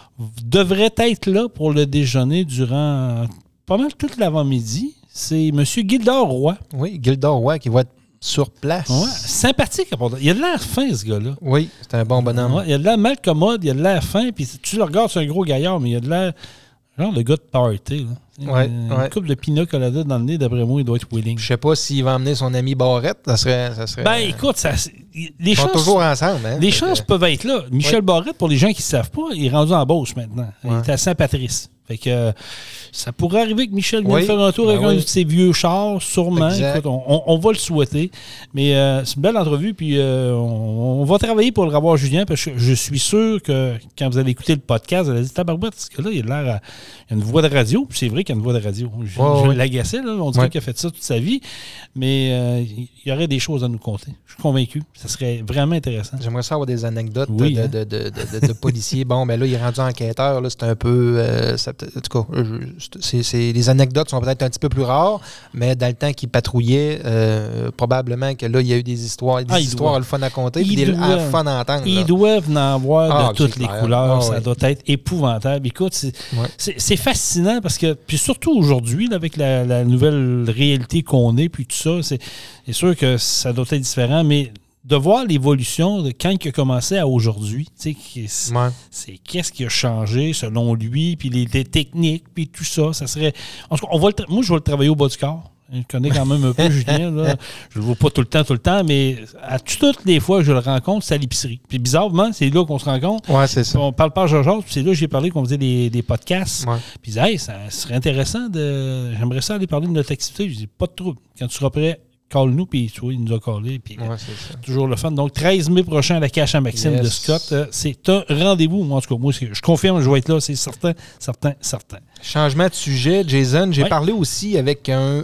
devrait être là pour le déjeuner durant pas mal tout l'avant-midi. C'est M. Gildor Roy. Oui, Gildor Roy qui va être sur place. Ouais, sympathique. Il a de l'air fin, ce gars-là. Oui, c'est un bon bonhomme. Ouais, il a de l'air mal commode, il a de l'air fin, puis tu le regardes, c'est un gros gaillard, mais il a de l'air genre le gars de party. Là. Ouais, une ouais. couple de pina colada dans le nez, d'après moi, il doit être willing. Je sais pas s'il va emmener son ami Barrette. Ça serait. Ça serait ben, écoute, ça, les ils chances. sont toujours ensemble. Hein, les chances que... peuvent être là. Michel ouais. Barrette, pour les gens qui ne savent pas, il est rendu en Beauce maintenant. Ouais. Il est à Saint-Patrice. Fait que euh, ça pourrait arriver que Michel vienne oui. faire un tour ben avec oui. un de ses vieux chars, sûrement. Écoute, on, on, on va le souhaiter. Mais euh, c'est une belle entrevue, puis euh, on, on va travailler pour le revoir Julien, parce que je suis sûr que quand vous allez écouter le podcast, vous allez dire tabarouette, parce que là, il a l'air à, il a une voix de radio, puis c'est vrai qu'il y a une voix de radio. Je, oh, je oui. l'agaçais, là, on dirait oui. qu'il a fait ça toute sa vie, mais euh, il y aurait des choses à nous conter. Je suis convaincu. Ça serait vraiment intéressant. J'aimerais savoir des anecdotes oui, de, hein? de, de, de, de, de policiers. Bon, ben là, il est rendu enquêteur, là, c'est un peu... Euh, ça, en tout cas, c'est, c'est, les anecdotes sont peut-être un petit peu plus rares, mais dans le temps qu'il patrouillait, euh, probablement que là, il y a eu des histoires, des ah, histoires doit, le fun à compter, puis des doivent, à fun à entendre. Ils là. doivent en avoir ah, de toutes les clair. couleurs. Ah, ça ouais. doit être épouvantable. Écoute, c'est, ouais. c'est, c'est fascinant parce que, puis surtout aujourd'hui, là, avec la, la nouvelle réalité qu'on est, puis tout ça, c'est, c'est sûr que ça doit être différent, mais de voir l'évolution de quand il a commencé à aujourd'hui, tu sais, c'est, ouais. c'est qu'est-ce qui a changé selon lui, puis les, les techniques, puis tout ça, ça serait... En tout cas, on va le tra- moi, je vais le travailler au bas du corps. Je connais quand même un peu Julien, là. Je le vois pas tout le temps, tout le temps, mais à toutes les fois que je le rencontre, c'est à l'épicerie. Puis bizarrement, c'est là qu'on se rencontre. Ouais, c'est ça. On parle pas à Georges, puis c'est là que j'ai parlé qu'on faisait des, des podcasts. Ouais. Puis hey, ça serait intéressant de... J'aimerais ça aller parler de notre activité. Je dis, pas de trouble. Quand tu seras prêt, call-nous, puis tu vois, il nous a callé. Puis, ouais, c'est ça. Toujours le fun. Donc, treize mai prochain à la cache à Maxime yes. de Scott. Euh, c'est un rendez-vous. Moi, en tout cas, moi, je confirme, je vais être là. C'est certain, certain, certain. Changement de sujet, Jason. J'ai ouais. parlé aussi avec un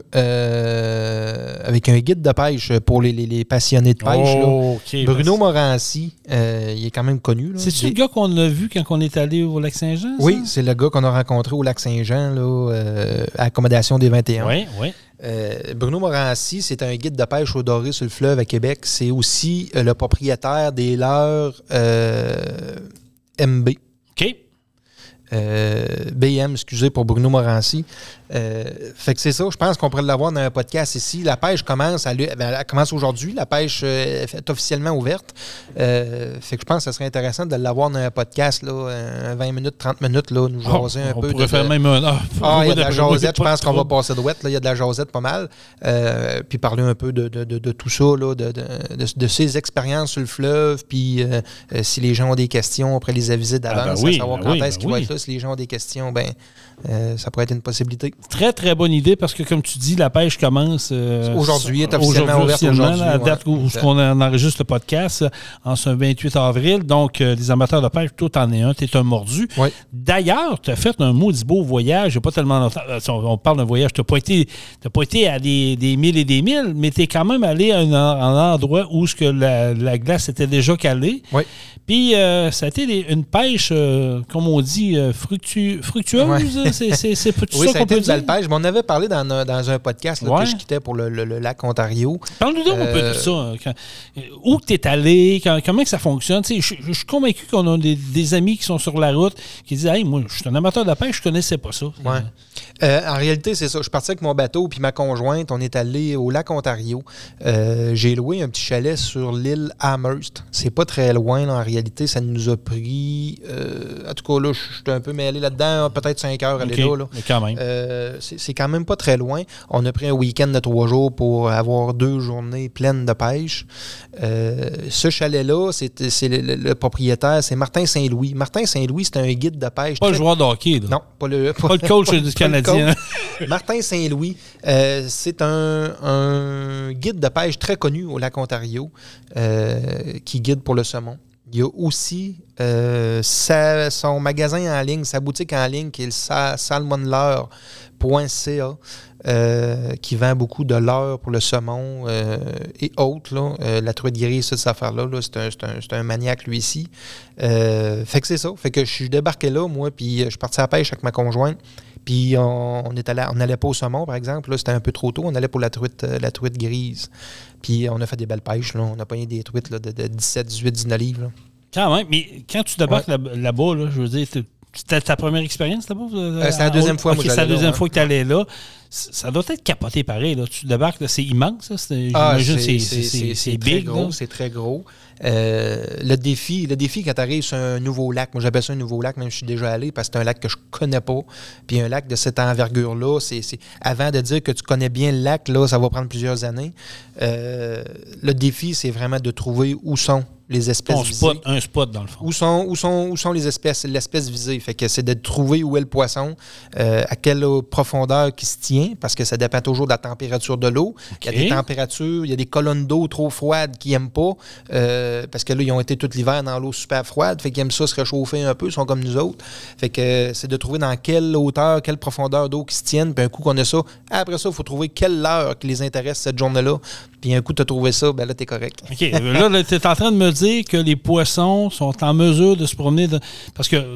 euh, avec un guide de pêche pour les, les, les passionnés de pêche. Oh, là. Okay, Bruno Morancy. Euh, il est quand même connu. Là. C'est-tu Des... le gars qu'on a vu quand on est allé au Lac-Saint-Jean? Oui, ça? C'est le gars qu'on a rencontré au Lac-Saint-Jean, là, euh, à Accommodation des vingt et un. Oui, oui. Euh, Bruno Morancy, c'est un guide de pêche au doré sur le fleuve à Québec. C'est aussi euh, le propriétaire des leurres euh, M B. OK. Euh, B M, excusez pour Bruno Morancy. Euh, fait que c'est ça, je pense qu'on pourrait l'avoir dans un podcast ici. La pêche commence, elle, elle commence aujourd'hui, la pêche euh, est officiellement ouverte. Euh, fait que je pense que ce serait intéressant de l'avoir dans un podcast, là, vingt minutes, trente minutes, là, nous jaser oh, un on peu. On pourrait de, faire de... même un Ah, ah il y a de la jasette, je pense qu'on va passer de ouette, là, il y a de la jasette pas mal. Euh, puis parler un peu de, de, de, de tout ça, là, de, de, de, de ses expériences sur le fleuve, puis euh, euh, si les gens ont des questions, après les aviser d'avance, ah ben oui, à savoir ben quand oui, est-ce ben qu'il oui. va être là. Si les gens ont des questions, ben euh, ça pourrait être une possibilité. très, très bonne idée parce que, comme tu dis, la pêche commence... Euh, aujourd'hui, est officiellement ouverte aujourd'hui. À la date ouais. où, où on enregistre le podcast, en ce vingt-huit avril. Donc, euh, les amateurs de pêche, toi, t'en es un, t'es un mordu. Oui. D'ailleurs, tu as fait un maudit beau voyage, il n'y a pas tellement longtemps. On parle d'un voyage, tu n'as pas été, t'as pas été à des, des milles et des milles, mais tu es quand même allé à un, un endroit où ce que la, la glace était déjà calée. Oui. Puis, euh, ça a été des, une pêche, euh, comme on dit, euh, fructu, fructueuse. Ouais. C'est, c'est, c'est tout oui, ça, ça qu'on a été peut une dire. belle pêche. Mais on avait parlé dans, dans un podcast là, ouais. que je quittais pour le, le, le lac Ontario. Parle-nous donc euh, un peu de ça. Quand, où tu es allé, quand, comment que ça fonctionne. Je, je suis convaincu qu'on a des, des amis qui sont sur la route qui disent « Hey, moi, je suis un amateur de pêche, je connaissais pas ça. » Ouais. Euh, en réalité, c'est ça. Je suis parti avec mon bateau puis ma conjointe. On est allé au lac Ontario. Euh, j'ai loué un petit chalet sur l'île Amherst. C'est pas très loin, là, en réalité. Ça nous a pris... Euh, en tout cas, là, je suis un peu mêlé là-dedans. Peut-être cinq heures à aller okay. là. là. Mais quand même. Euh, c'est, c'est quand même pas très loin. On a pris un week-end de trois jours pour avoir deux journées pleines de pêche. Euh, ce chalet-là, c'est, c'est le, le, le propriétaire, c'est Martin Saint-Louis. Martin Saint-Louis, c'est un guide de pêche. Pas très... le joueur de hockey, là. Non, pas le... Pas, pas le coach du Canadien. Martin Saint-Louis, euh, c'est un, un guide de pêche très connu au lac Ontario euh, qui guide pour le saumon. Il y a aussi euh, sa, son magasin en ligne, sa boutique en ligne qui est le salmonleurre point c a euh, qui vend beaucoup de leurre pour le saumon euh, et autres. Là. Euh, la truite grise, cette affaire-là, là, c'est, un, c'est, un, c'est un maniaque lui ici. Euh, fait que c'est ça. Fait que je suis débarqué là, moi, puis je suis parti à la pêche avec ma conjointe. Puis on, on est allé, on n'allait pas au saumon, par exemple. Là, c'était un peu trop tôt. On allait pour la truite, la truite grise. Puis on a fait des belles pêches. Là. On a pogné des truites là, de, de dix-sept, dix-huit, dix-neuf livres. Là. Quand même. Mais quand tu débarques ouais. là, là-bas, là, je veux dire, c'était ta première expérience là-bas? Euh, c'est la deuxième fois. Okay, moi, c'est la deuxième là, fois hein. que tu allais là. Ça doit être capoté pareil. Là. Tu débarques, là, c'est immense. Ça. C'est, ah, j'imagine c'est, c'est, c'est, c'est, c'est, c'est big. Très gros, c'est très gros. Euh, le défi, le défi quand tu arrives sur un nouveau lac, moi j'appelle ça un nouveau lac, même si je suis déjà allé, parce que c'est un lac que je connais pas. Puis un lac de cette envergure-là, c'est, c'est avant de dire que tu connais bien le lac, là, ça va prendre plusieurs années. Euh, le défi, c'est vraiment de trouver où sont les espèces visées. Spot, un spot, dans le fond. Où sont, où sont, où sont les espèces, l'espèce visée. Fait que c'est de trouver où est le poisson, euh, à quelle profondeur qui se tient, parce que ça dépend toujours de la température de l'eau. Okay. Il y a des températures, il y a des colonnes d'eau trop froides qui n'aiment pas, euh, parce que là, ils ont été tout l'hiver dans l'eau super froide, fait qu'ils aiment ça se réchauffer un peu, ils sont comme nous autres. Fait que euh, c'est de trouver dans quelle hauteur, quelle profondeur d'eau qui se tiennent, puis un coup qu'on a ça, après ça, il faut trouver quelle heure qui les intéresse cette journée-là, puis un coup tu as trouvé ça, ben là, t'es correct. OK. Là, là tu es en train de me dire que les poissons sont en mesure de se promener, de... parce que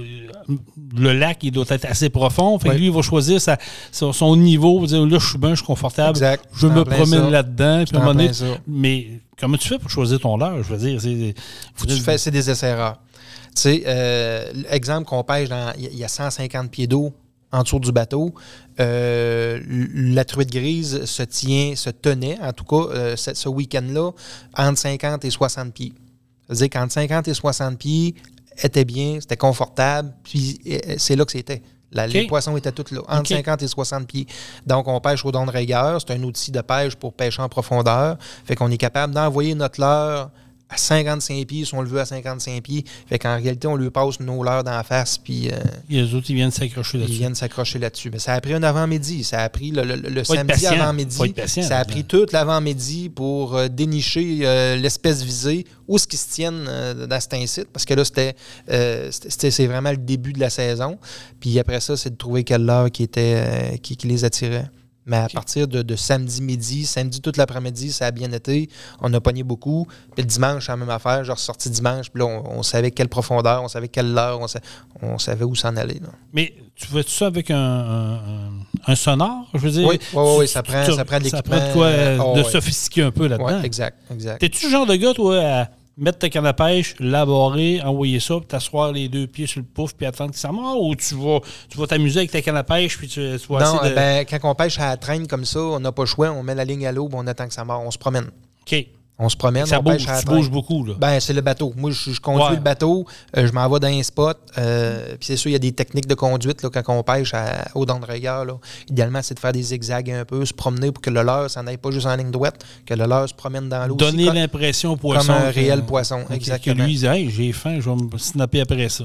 le lac, il doit être assez profond, fait oui. que lui, il va choisir sa, son, son niveau, il va dire, là, je suis bien, je suis confortable, exact. je me promène ça. là-dedans, puis à un moment donné, ça. Mais comment tu fais pour choisir ton leurre? Je veux dire, c'est... Faut tu fais, c'est des essais-erreurs. Tu sais, euh, exemple qu'on pêche dans... Il y a cent cinquante pieds d'eau en dessous du bateau. Euh, la truite grise se tient, se tenait, en tout cas, euh, ce, ce week-end-là, entre cinquante et soixante pieds. C'est-à-dire qu'entre cinquante et soixante pieds était bien, c'était confortable, puis c'est là que c'était. La, okay. Les poissons étaient tous là, entre okay. cinquante et soixante pieds. Donc, on pêche au don de rigueur. C'est un outil de pêche pour pêcher en profondeur. Fait qu'on est capable d'envoyer notre leurre à cinquante-cinq pieds, si on le veut à cinquante-cinq pieds. Fait qu'en réalité, on lui passe nos leurres dans la face. Puis euh, les autres, ils viennent s'accrocher là-dessus. Ils viennent s'accrocher là-dessus. Mais ça a pris un avant-midi. Ça a pris le, le, le samedi avant-midi. Patient, ça a pris tout l'avant-midi pour euh, dénicher euh, l'espèce visée, où est-ce qu'ils se tiennent euh, dans cet incite. Parce que là, c'était, euh, c'était c'est vraiment le début de la saison. Puis après ça, c'est de trouver quelle leurre qui, était, euh, qui, qui les attirait. Mais à okay. partir de, de samedi midi, samedi toute l'après-midi, ça a bien été. On a pogné beaucoup. Puis le dimanche, c'est la même affaire. J'ai ressorti dimanche. Puis là, on, on savait quelle profondeur, on savait quelle heure, on, sa, on savait où s'en aller. Là. Mais tu fais-tu ça avec un, un, un sonore? Je veux dire, oui, oui, oui, ça prend, tu, ça prend de l'équipement. Ça prend de quoi euh, oh, de oui. sophistiquer un peu là-dedans. Oui, exact, exact. T'es-tu le genre de gars, toi, à mettre ta canne à pêche, l'aborer, envoyer ça, puis t'asseoir les deux pieds sur le pouf, puis attendre que ça mord, ou tu vas, tu vas t'amuser avec ta canne à pêche, puis tu, tu vas non, essayer de... ben, quand on pêche à la traîne comme ça, on n'a pas le choix, on met la ligne à l'eau, puis on attend que ça mord, on se promène. OK. On se promène, ça on bouge, pêche à la tu traîne. bouges beaucoup, là. Ben, c'est le bateau. Moi, je, je conduis ouais. le bateau, euh, je m'en vais dans un spot, euh, puis c'est sûr, il y a des techniques de conduite là, quand on pêche à, au don de rigueur. Là. Idéalement, c'est de faire des zigzags un peu, se promener pour que le leurre s'en aille pas juste en ligne droite, que le leurre se promène dans l'eau. Donner aussi, l'impression au poisson. Comme un que, réel poisson, que, exactement. Que lui, il dit, hey, j'ai faim, je vais me snapper après ça.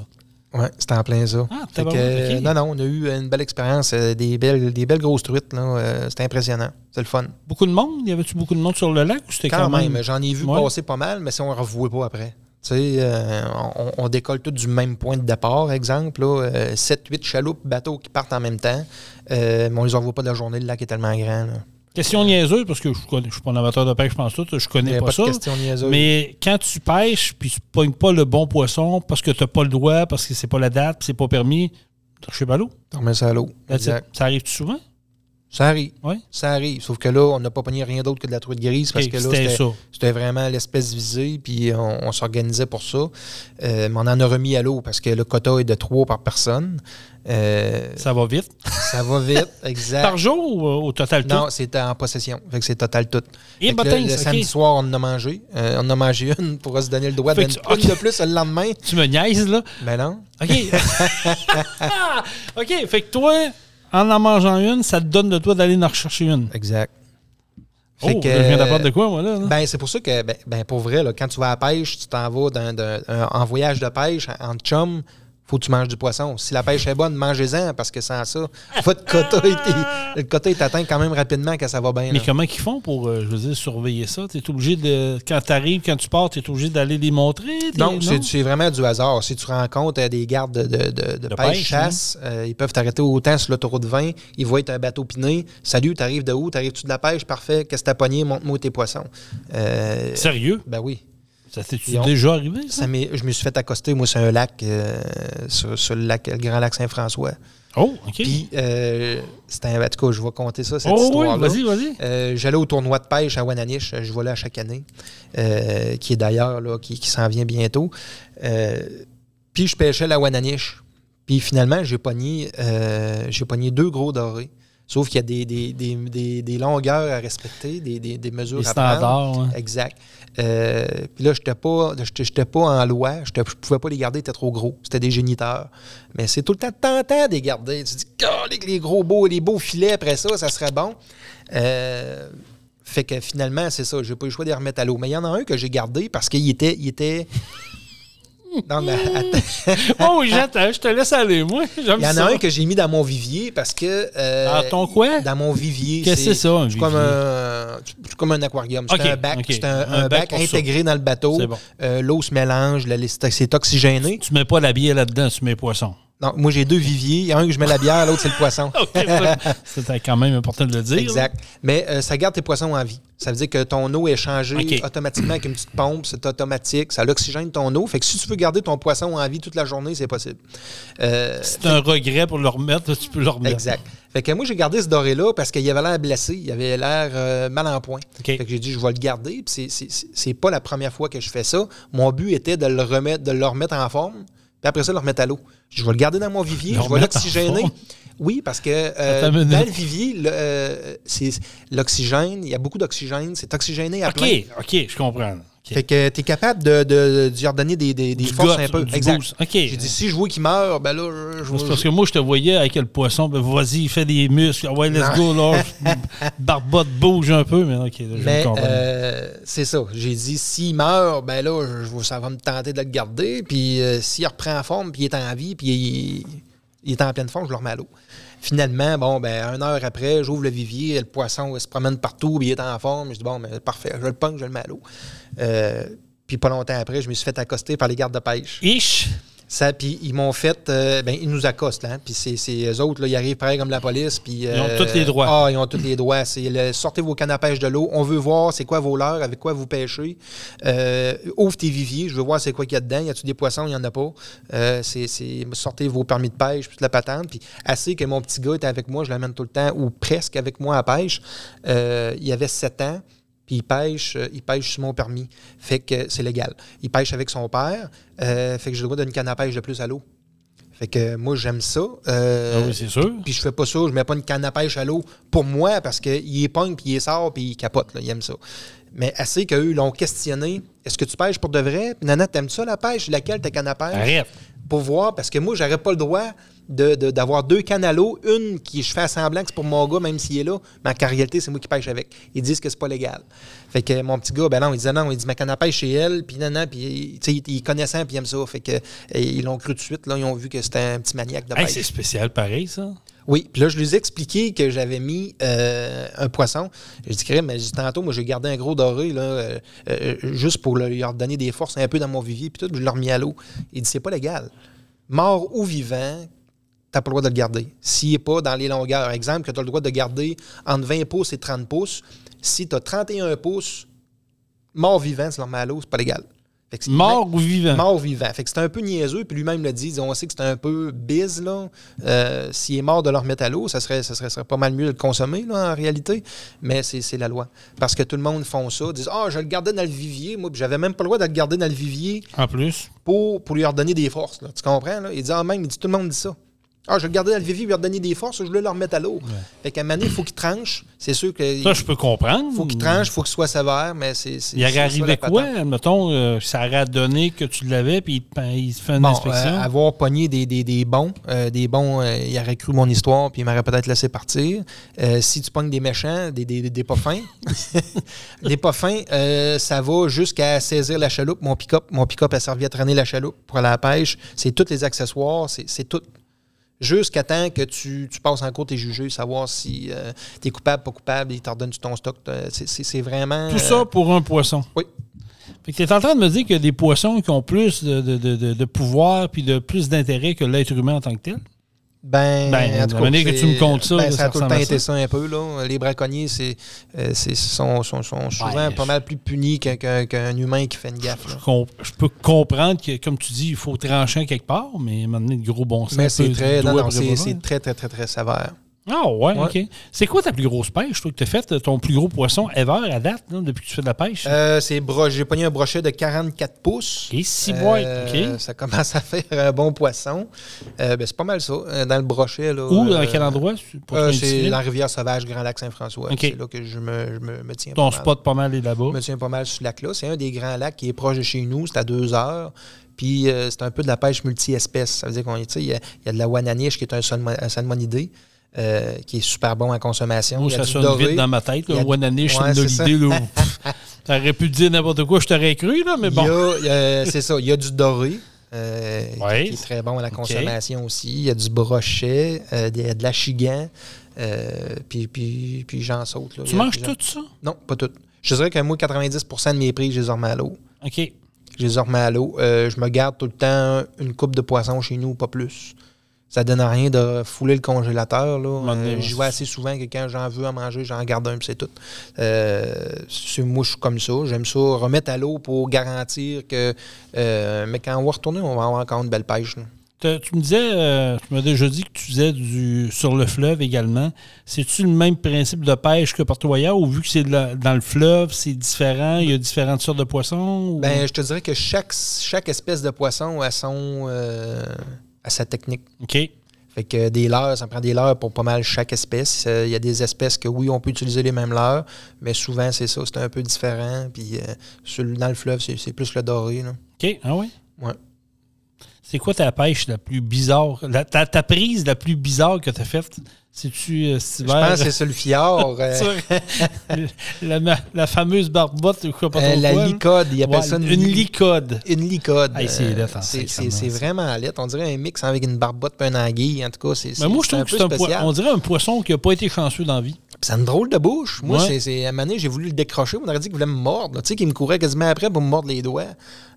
Oui, c'était en plein ça. Ah, fait que, okay. Non, non, on a eu une belle expérience, euh, des, belles, des belles grosses truites. Là, euh, c'était impressionnant. C'était le fun. Beaucoup de monde? Y avait-tu beaucoup de monde sur le lac ou c'était quand, quand même? même? J'en ai vu ouais. passer pas mal, mais si on ne revoit pas après. Tu sais, euh, on, on décolle tous du même point de départ, exemple. Là, euh, sept huit chaloupes, bateaux qui partent en même temps. Euh, mais on ne les revoit pas de la journée, le lac est tellement grand. Là. Question niaiseuse, parce que je ne suis pas un amateur de pêche, je pense tout, je connais pas, pas ça. Question niaiseuse. Mais quand tu pêches, puis tu ne pognes pas le bon poisson parce que tu n'as pas le droit, parce que c'est pas la date, puis c'est pas permis, tu remets à l'eau. Tu remets ça à l'eau. Exact. Ça arrive-tu souvent? Ça arrive. Oui. Ça arrive. Sauf que là, on n'a pas pogné rien d'autre que de la truite grise parce okay, que là, c'était, c'était vraiment l'espèce visée, puis on, on s'organisait pour ça. Euh, mais on en a remis à l'eau parce que le quota est de trois par personne. Euh, ça va vite. Ça va vite, exact. Par jour ou au total tout? Non, c'est en possession. Fait que c'est total tout. Et le, le okay. samedi soir, on en a mangé. Euh, on en a mangé une pour se donner le droit d'une okay. une de plus le lendemain. Tu me niaises, là? Ben non. OK. OK, fait que toi... En en mangeant une, ça te donne de toi d'aller en rechercher une. Exact. Fait oh, que, je viens d'apprendre de quoi, moi, là? là? Ben, c'est pour ça que, ben, ben pour vrai, là, quand tu vas à la pêche, tu t'en vas dans, dans, un, en voyage de pêche, en chum, faut que tu manges du poisson. Si la pêche est bonne, mangez-en, parce que sans ça, votre quota, est, le quota est atteint quand même rapidement quand ça va bien. Mais là. comment ils font pour, euh, je veux dire, surveiller ça? Tu es obligé de, quand tu arrives, quand tu pars, tu es obligé d'aller les montrer? Non, non? C'est, c'est vraiment du hasard. Si tu rencontres euh, des gardes de, de, de, de, de pêche, pêche, chasse, hein? euh, ils peuvent t'arrêter autant sur l'autoroute vingt, ils voient un bateau piné. Salut, t'arrives de où? T'arrives-tu de la pêche? Parfait. Qu'est-ce que t'as pogné? Montre-moi tes poissons. Euh, Sérieux? Ben oui. Ça t'es-tu déjà arrivé, ça? ça je me suis fait accoster, moi, sur un lac, euh, sur, sur le, lac, le grand lac Saint-François. Oh, OK. Puis, euh, c'était un... En tout cas, je vais compter ça, cette oh, histoire-là. Oui, vas-y, vas-y. Euh, j'allais au tournoi de pêche à Wananiche, je vais là à chaque année, euh, qui est d'ailleurs, là, qui, qui s'en vient bientôt. Euh, puis, je pêchais la Wananiche. Puis, finalement, j'ai pogné, euh, j'ai pogné deux gros dorés. Sauf qu'il y a des, des, des, des, des longueurs à respecter, des, des, des mesures des à standards, prendre. Ouais. Exact. Euh, puis là, je n'étais pas, j'étais pas en loi. Je ne pouvais pas les garder, ils étaient trop gros. C'était des géniteurs. Mais c'est tout le temps tentant de les garder. Tu te dis, oh, les gros beaux, les beaux filets après ça, ça serait bon. Euh, fait que finalement, c'est ça. J'ai pas eu le choix de les remettre à l'eau. Mais il y en a un que j'ai gardé parce qu'il était... Il était Non, mais oh, j'attends, je te laisse aller, moi. J'aime Il y en a ça. un que j'ai mis dans mon vivier parce que. Euh, dans ton quoi? Dans mon vivier. Qu'est-ce que c'est ça, un vivier? Comme un, c'est comme un aquarium. C'est okay, un bac, okay. c'est un, un, un bac, bac intégré ça. Dans le bateau. C'est bon. Euh, l'eau se mélange, la, c'est oxygéné. Tu mets pas la bière là-dedans, tu mets les poissons. Non, moi, j'ai deux viviers. Il y a un que je mets la bière, l'autre, c'est le poisson. Okay, c'est quand même important de le dire. Exact. Là. Mais euh, ça garde tes poissons en vie. Ça veut dire que ton eau est changée okay. automatiquement avec une petite pompe. C'est automatique. Ça l'oxygène ton eau. Fait que si tu veux garder ton poisson en vie toute la journée, c'est possible. Euh, c'est fait... un regret pour le remettre. Tu peux le remettre. Exact. Fait que moi, j'ai gardé ce doré-là parce qu'il avait l'air blessé. Il avait l'air euh, mal en point. Okay. Fait que j'ai dit, je vais le garder. Puis c'est, c'est, c'est, c'est pas la première fois que je fais ça. Mon but était de le remettre, de le remettre en forme. Puis après ça, le remettre à l'eau. Je vais le garder dans mon vivier, le je vais l'oxygéner. Oui, parce que euh, dans le vivier, le, euh, c'est l'oxygène, il y a beaucoup d'oxygène, c'est oxygéné à OK, plein. OK, je comprends. Okay. Fait que tu es capable de, de, de lui redonner des, des, des forces gosse, un peu. Du exact. Okay. J'ai dit, si je vois qu'il meurt, ben là, je, je C'est parce que moi, je te voyais avec le poisson, ben vas-y, fais des muscles, ouais, let's non. go, là. Barbotte bouge un peu, mais OK, là, je mais euh, c'est ça. J'ai dit, s'il meurt, ben là, je, ça va me tenter de le garder, puis euh, s'il reprend en forme, puis il est en vie, puis il, il est en pleine forme, je le remets à l'eau. Finalement, bon, ben, une heure après, j'ouvre le vivier, le poisson il se promène partout, il est en forme. Je dis, bon, ben, parfait, je le punk, je le mets à l'eau. Euh, puis pas longtemps après, je me suis fait accoster par les gardes de pêche. Ich! Ça, puis ils m'ont fait, euh, ben, ils nous accostent, là. Puis c'est, c'est eux autres, là, ils arrivent pareil comme la police. Puis, euh, ils ont tous les droits. Ah, ils ont tous les droits. C'est le, sortez vos cannes à pêche de l'eau. On veut voir c'est quoi vos leurres, avec quoi vous pêchez. Euh, ouvre tes viviers, je veux voir c'est quoi qu'il y a dedans. Y a-tu des poissons? Il n'y en a pas. Euh, c'est, c'est, sortez vos permis de pêche, puis toute la patente. Puis assez que mon petit gars était avec moi, je l'amène tout le temps, ou presque avec moi à pêche. Euh, il avait sept ans. Puis il pêche, il pêche sur mon permis. Fait que c'est légal. Il pêche avec son père. Euh, fait que j'ai le droit d'une canne à pêche de plus à l'eau. Fait que moi, j'aime ça. Euh, ah oui, c'est sûr. Puis je fais pas ça. Je mets pas une canne à pêche à l'eau pour moi parce qu'il est punk, puis il est sort, puis il capote. Là, il aime ça. Mais assez qu'eux l'ont questionné. Est-ce que tu pêches pour de vrai? Puis Nana, t'aimes ça la pêche? Laquelle ta canne à pêche? Arrête. Pour voir, parce que moi, j'aurais pas le droit de, de, d'avoir deux cannes à l'eau. Une qui je fais à semblant que c'est pour mon gars, même s'il est là, mais en réalité, c'est moi qui pêche avec. Ils disent que c'est pas légal. Fait que mon petit gars, ben non, il disait non, il dit ma canne à pêche chez elle, puis Nana, puis tu sais, il connaissait, puis il aime ça. Fait que ils l'ont cru tout de suite, là, ils ont vu que c'était un petit maniaque de pêche. Hey, c'est spécial pareil, ça. Oui, puis là, je lui ai expliqué que j'avais mis euh, un poisson. Je dis, crème, mais tantôt, moi, j'ai gardé un gros doré, là, euh, euh, juste pour lui redonner des forces un peu dans mon vivier, puis tout, je l'ai remis à l'eau. Il dit, c'est pas légal. Mort ou vivant, t'as pas le droit de le garder. S'il n'est pas dans les longueurs, exemple, que tu as le droit de garder entre vingt pouces et trente pouces, si tu as trente et un pouces, mort vivant, tu le remets à l'eau, c'est pas légal. Fait que mort ou vivant? Mort ou vivant. Fait que c'est un peu niaiseux, puis lui-même le dit, on sait que c'est un peu biz, là. Euh, s'il est mort de le remettre à l'eau, ça serait, ça serait, ça serait pas mal mieux de le consommer, là, en réalité. Mais c'est, c'est la loi. Parce que tout le monde font ça, disent, ah, oh, je le gardais dans le vivier, moi, puis j'avais même pas le droit de le garder dans le vivier. En plus. Pour, pour lui redonner des forces, là. Tu comprends, là? Il dit, ah, même, il dit, tout le monde dit ça. Ah, je vais le garder dans le vivier, lui redonner des forces, je voulais le remettre à l'eau. Ouais. Fait qu'à un moment donné, il faut qu'il tranche. C'est sûr que. Ça, je peux comprendre. Il faut qu'il tranche, il faut qu'il soit sévère, mais c'est. c'est il aurait arrivé quoi? Mettons, euh, ça aurait donné que tu l'avais, puis il te fait une bon, inspection. Euh, avoir pogné des, des, des bons, euh, des bons, euh, il aurait cru mon histoire, puis il m'aurait peut-être laissé partir. Euh, si tu pognes des méchants, des, des, des pas fins, des pas fins, euh, ça va jusqu'à saisir la chaloupe. Mon pick-up, mon pick-up a servi à traîner la chaloupe pour aller à la pêche. C'est tous les accessoires, c'est, c'est tout. Jusqu'à temps que tu, tu passes en cours tes jugés, savoir si euh, tu es coupable, pas coupable, ils t'ordonnent ton stock. C'est, c'est, c'est vraiment... Tout ça pour un poisson. Oui. Fait que tu es en train de me dire qu'il y a des poissons qui ont plus de, de, de, de pouvoir puis de plus d'intérêt que l'être humain en tant que tel? Ben, ben en tout cas, que tu me comptes ça. Ben, là, ça, ça a tout le temps été ça. ça un peu. Là. Les braconniers, c'est, euh, c'est, sont, sont, sont souvent ouais, pas je... mal plus punis qu'un, qu'un, qu'un humain qui fait une gaffe. Je, comp- je peux comprendre que, comme tu dis, il faut trancher quelque part, mais maintenant, le gros bon sens. Mais c'est très, non, non, c'est, c'est très, très, très, très sévère. Ah ouais, ouais, OK. C'est quoi ta plus grosse pêche, toi, que tu as fait, ton plus gros poisson ever à date, là, depuis que tu fais de la pêche? Euh, c'est bro- j'ai pogné un brochet de quarante-quatre pouces. OK, six boîtes, euh, OK. Ça commence à faire un bon poisson. Euh, ben, c'est pas mal ça, dans le brochet. Là, Où, euh, à quel endroit? Pour euh, c'est dans la rivière Sauvage, Grand Lac-Saint-François. Okay. C'est là que je me, je me, me tiens Ton pas mal. spot pas mal est là-bas? Je me tiens pas mal sur ce lac-là. C'est un des grands lacs qui est proche de chez nous. C'est à deux heures. Puis euh, c'est un peu de la pêche multi-espèces. Ça veut dire qu'il y, y a de la wananiche qui est un salmonidé. Euh, qui est super bon en consommation. Oh, il y a ça du sonne doré. vite dans ma tête. A... Wananiche, ouais, c'est une idée. Tu aurais pu dire n'importe quoi, je t'aurais cru, là, mais bon. Il y a, euh, c'est ça. Il y a du doré, euh, ouais. qui est très bon à la consommation okay. aussi. Il y a du brochet, euh, il y a de l'achigan, euh, puis, puis, puis j'en saute. Là. Tu manges tout ça? Non, pas tout. Je dirais que moi, quatre-vingt-dix pour cent de mes prix, je les remets à l'eau. OK. Je les remets à l'eau. Euh, je me garde tout le temps une coupe de poisson chez nous, pas plus. Ça donne à rien de fouler le congélateur. Là. Euh, j'y vais assez souvent que quand j'en veux à manger, j'en garde un, puis c'est tout. Euh, c'est, moi, je suis comme ça. J'aime ça. Remettre à l'eau pour garantir que... Euh, mais quand on va retourner, on va avoir encore une belle pêche. Tu me disais, euh, tu m'as déjà dit que tu faisais du, sur le fleuve également. C'est-tu le même principe de pêche que partout ailleurs, ou vu que c'est de la, dans le fleuve, c'est différent, il y a différentes sortes de poissons? Ou... Ben, je te dirais que chaque, chaque espèce de poisson a son... Euh, à sa technique. OK. Fait que des leurres, ça prend des leurres pour pas mal chaque espèce. Il euh, y a des espèces que, oui, on peut utiliser les mêmes leurres, mais souvent, c'est ça, c'est un peu différent. Puis euh, sur, dans le fleuve, c'est, c'est plus le doré. Là. OK. Ah oui? Ouais. C'est quoi ta pêche la plus bizarre? La, ta, ta prise la plus bizarre que tu as faite? C'est-tu euh, cet hiver? Je pense que c'est sur le fjord. euh... la, la, la fameuse barbotte ou quoi, pas trop euh, La quoi, licode, il appelle ouais, ça une, une licode. Une licode. Hey, c'est euh, laid, c'est, c'est, c'est vraiment laid. On dirait un mix avec une barbotte et un anguille. En tout cas, c'est, Mais c'est, moi, je c'est trouve un que peu c'est un spécial. Po- on dirait un poisson qui n'a pas été chanceux dans la vie. C'est une drôle de bouche. Moi, ouais. c'est, c'est, à un moment donné, j'ai voulu le décrocher. On aurait dit qu'il voulait me mordre. Tu sais, qu'il me courait quasiment après pour me mordre les doigts.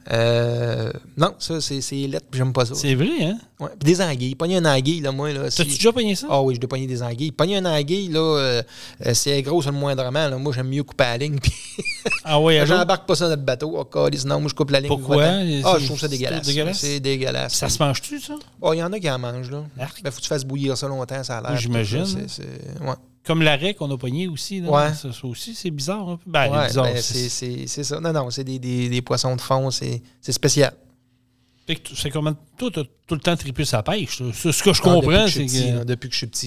Euh, non, ça, c'est, c'est laid, puis j'aime pas ça. C'est vrai, hein? Ouais. Puis des anguilles. Pogner un anguille, là, moi. Là, T'as-tu si... déjà pogné ça? Ah oui, je dois pogner des anguilles. Pogner un anguille, là, euh, c'est gros sur le moindrement. Là. Moi, j'aime mieux couper la ligne. Puis ah oui, alors? J'embarque pas ça dans le bateau. Oh, calice, non, moi, je coupe la ligne. Pourquoi? Ah, je trouve ça dégueulasse. C'est dégueulasse? C'est dégueulasse. Ça se mange-tu, ça? Oh, il y en a qui en mangent, là. Il ben, faut que tu fasses bouillir ça longtemps, ça a l'air. Oui, j'imagine. C'est, c'est... Ouais. Comme l'arrêt qu'on a pogné aussi. Là. Ouais. Ça, ça aussi, c'est bizarre. Hein? Ben, ouais, bizarre. Ben, c'est, c'est, c'est ça. Non, non, c'est des, des, des poissons de fond. C'est, c'est spécial. Fait que c'est comment... Toi, tu as tout le temps trippé sa pêche. Là. Ce que je ah, comprends, que c'est petit, que... là, depuis que je suis petit, ouais.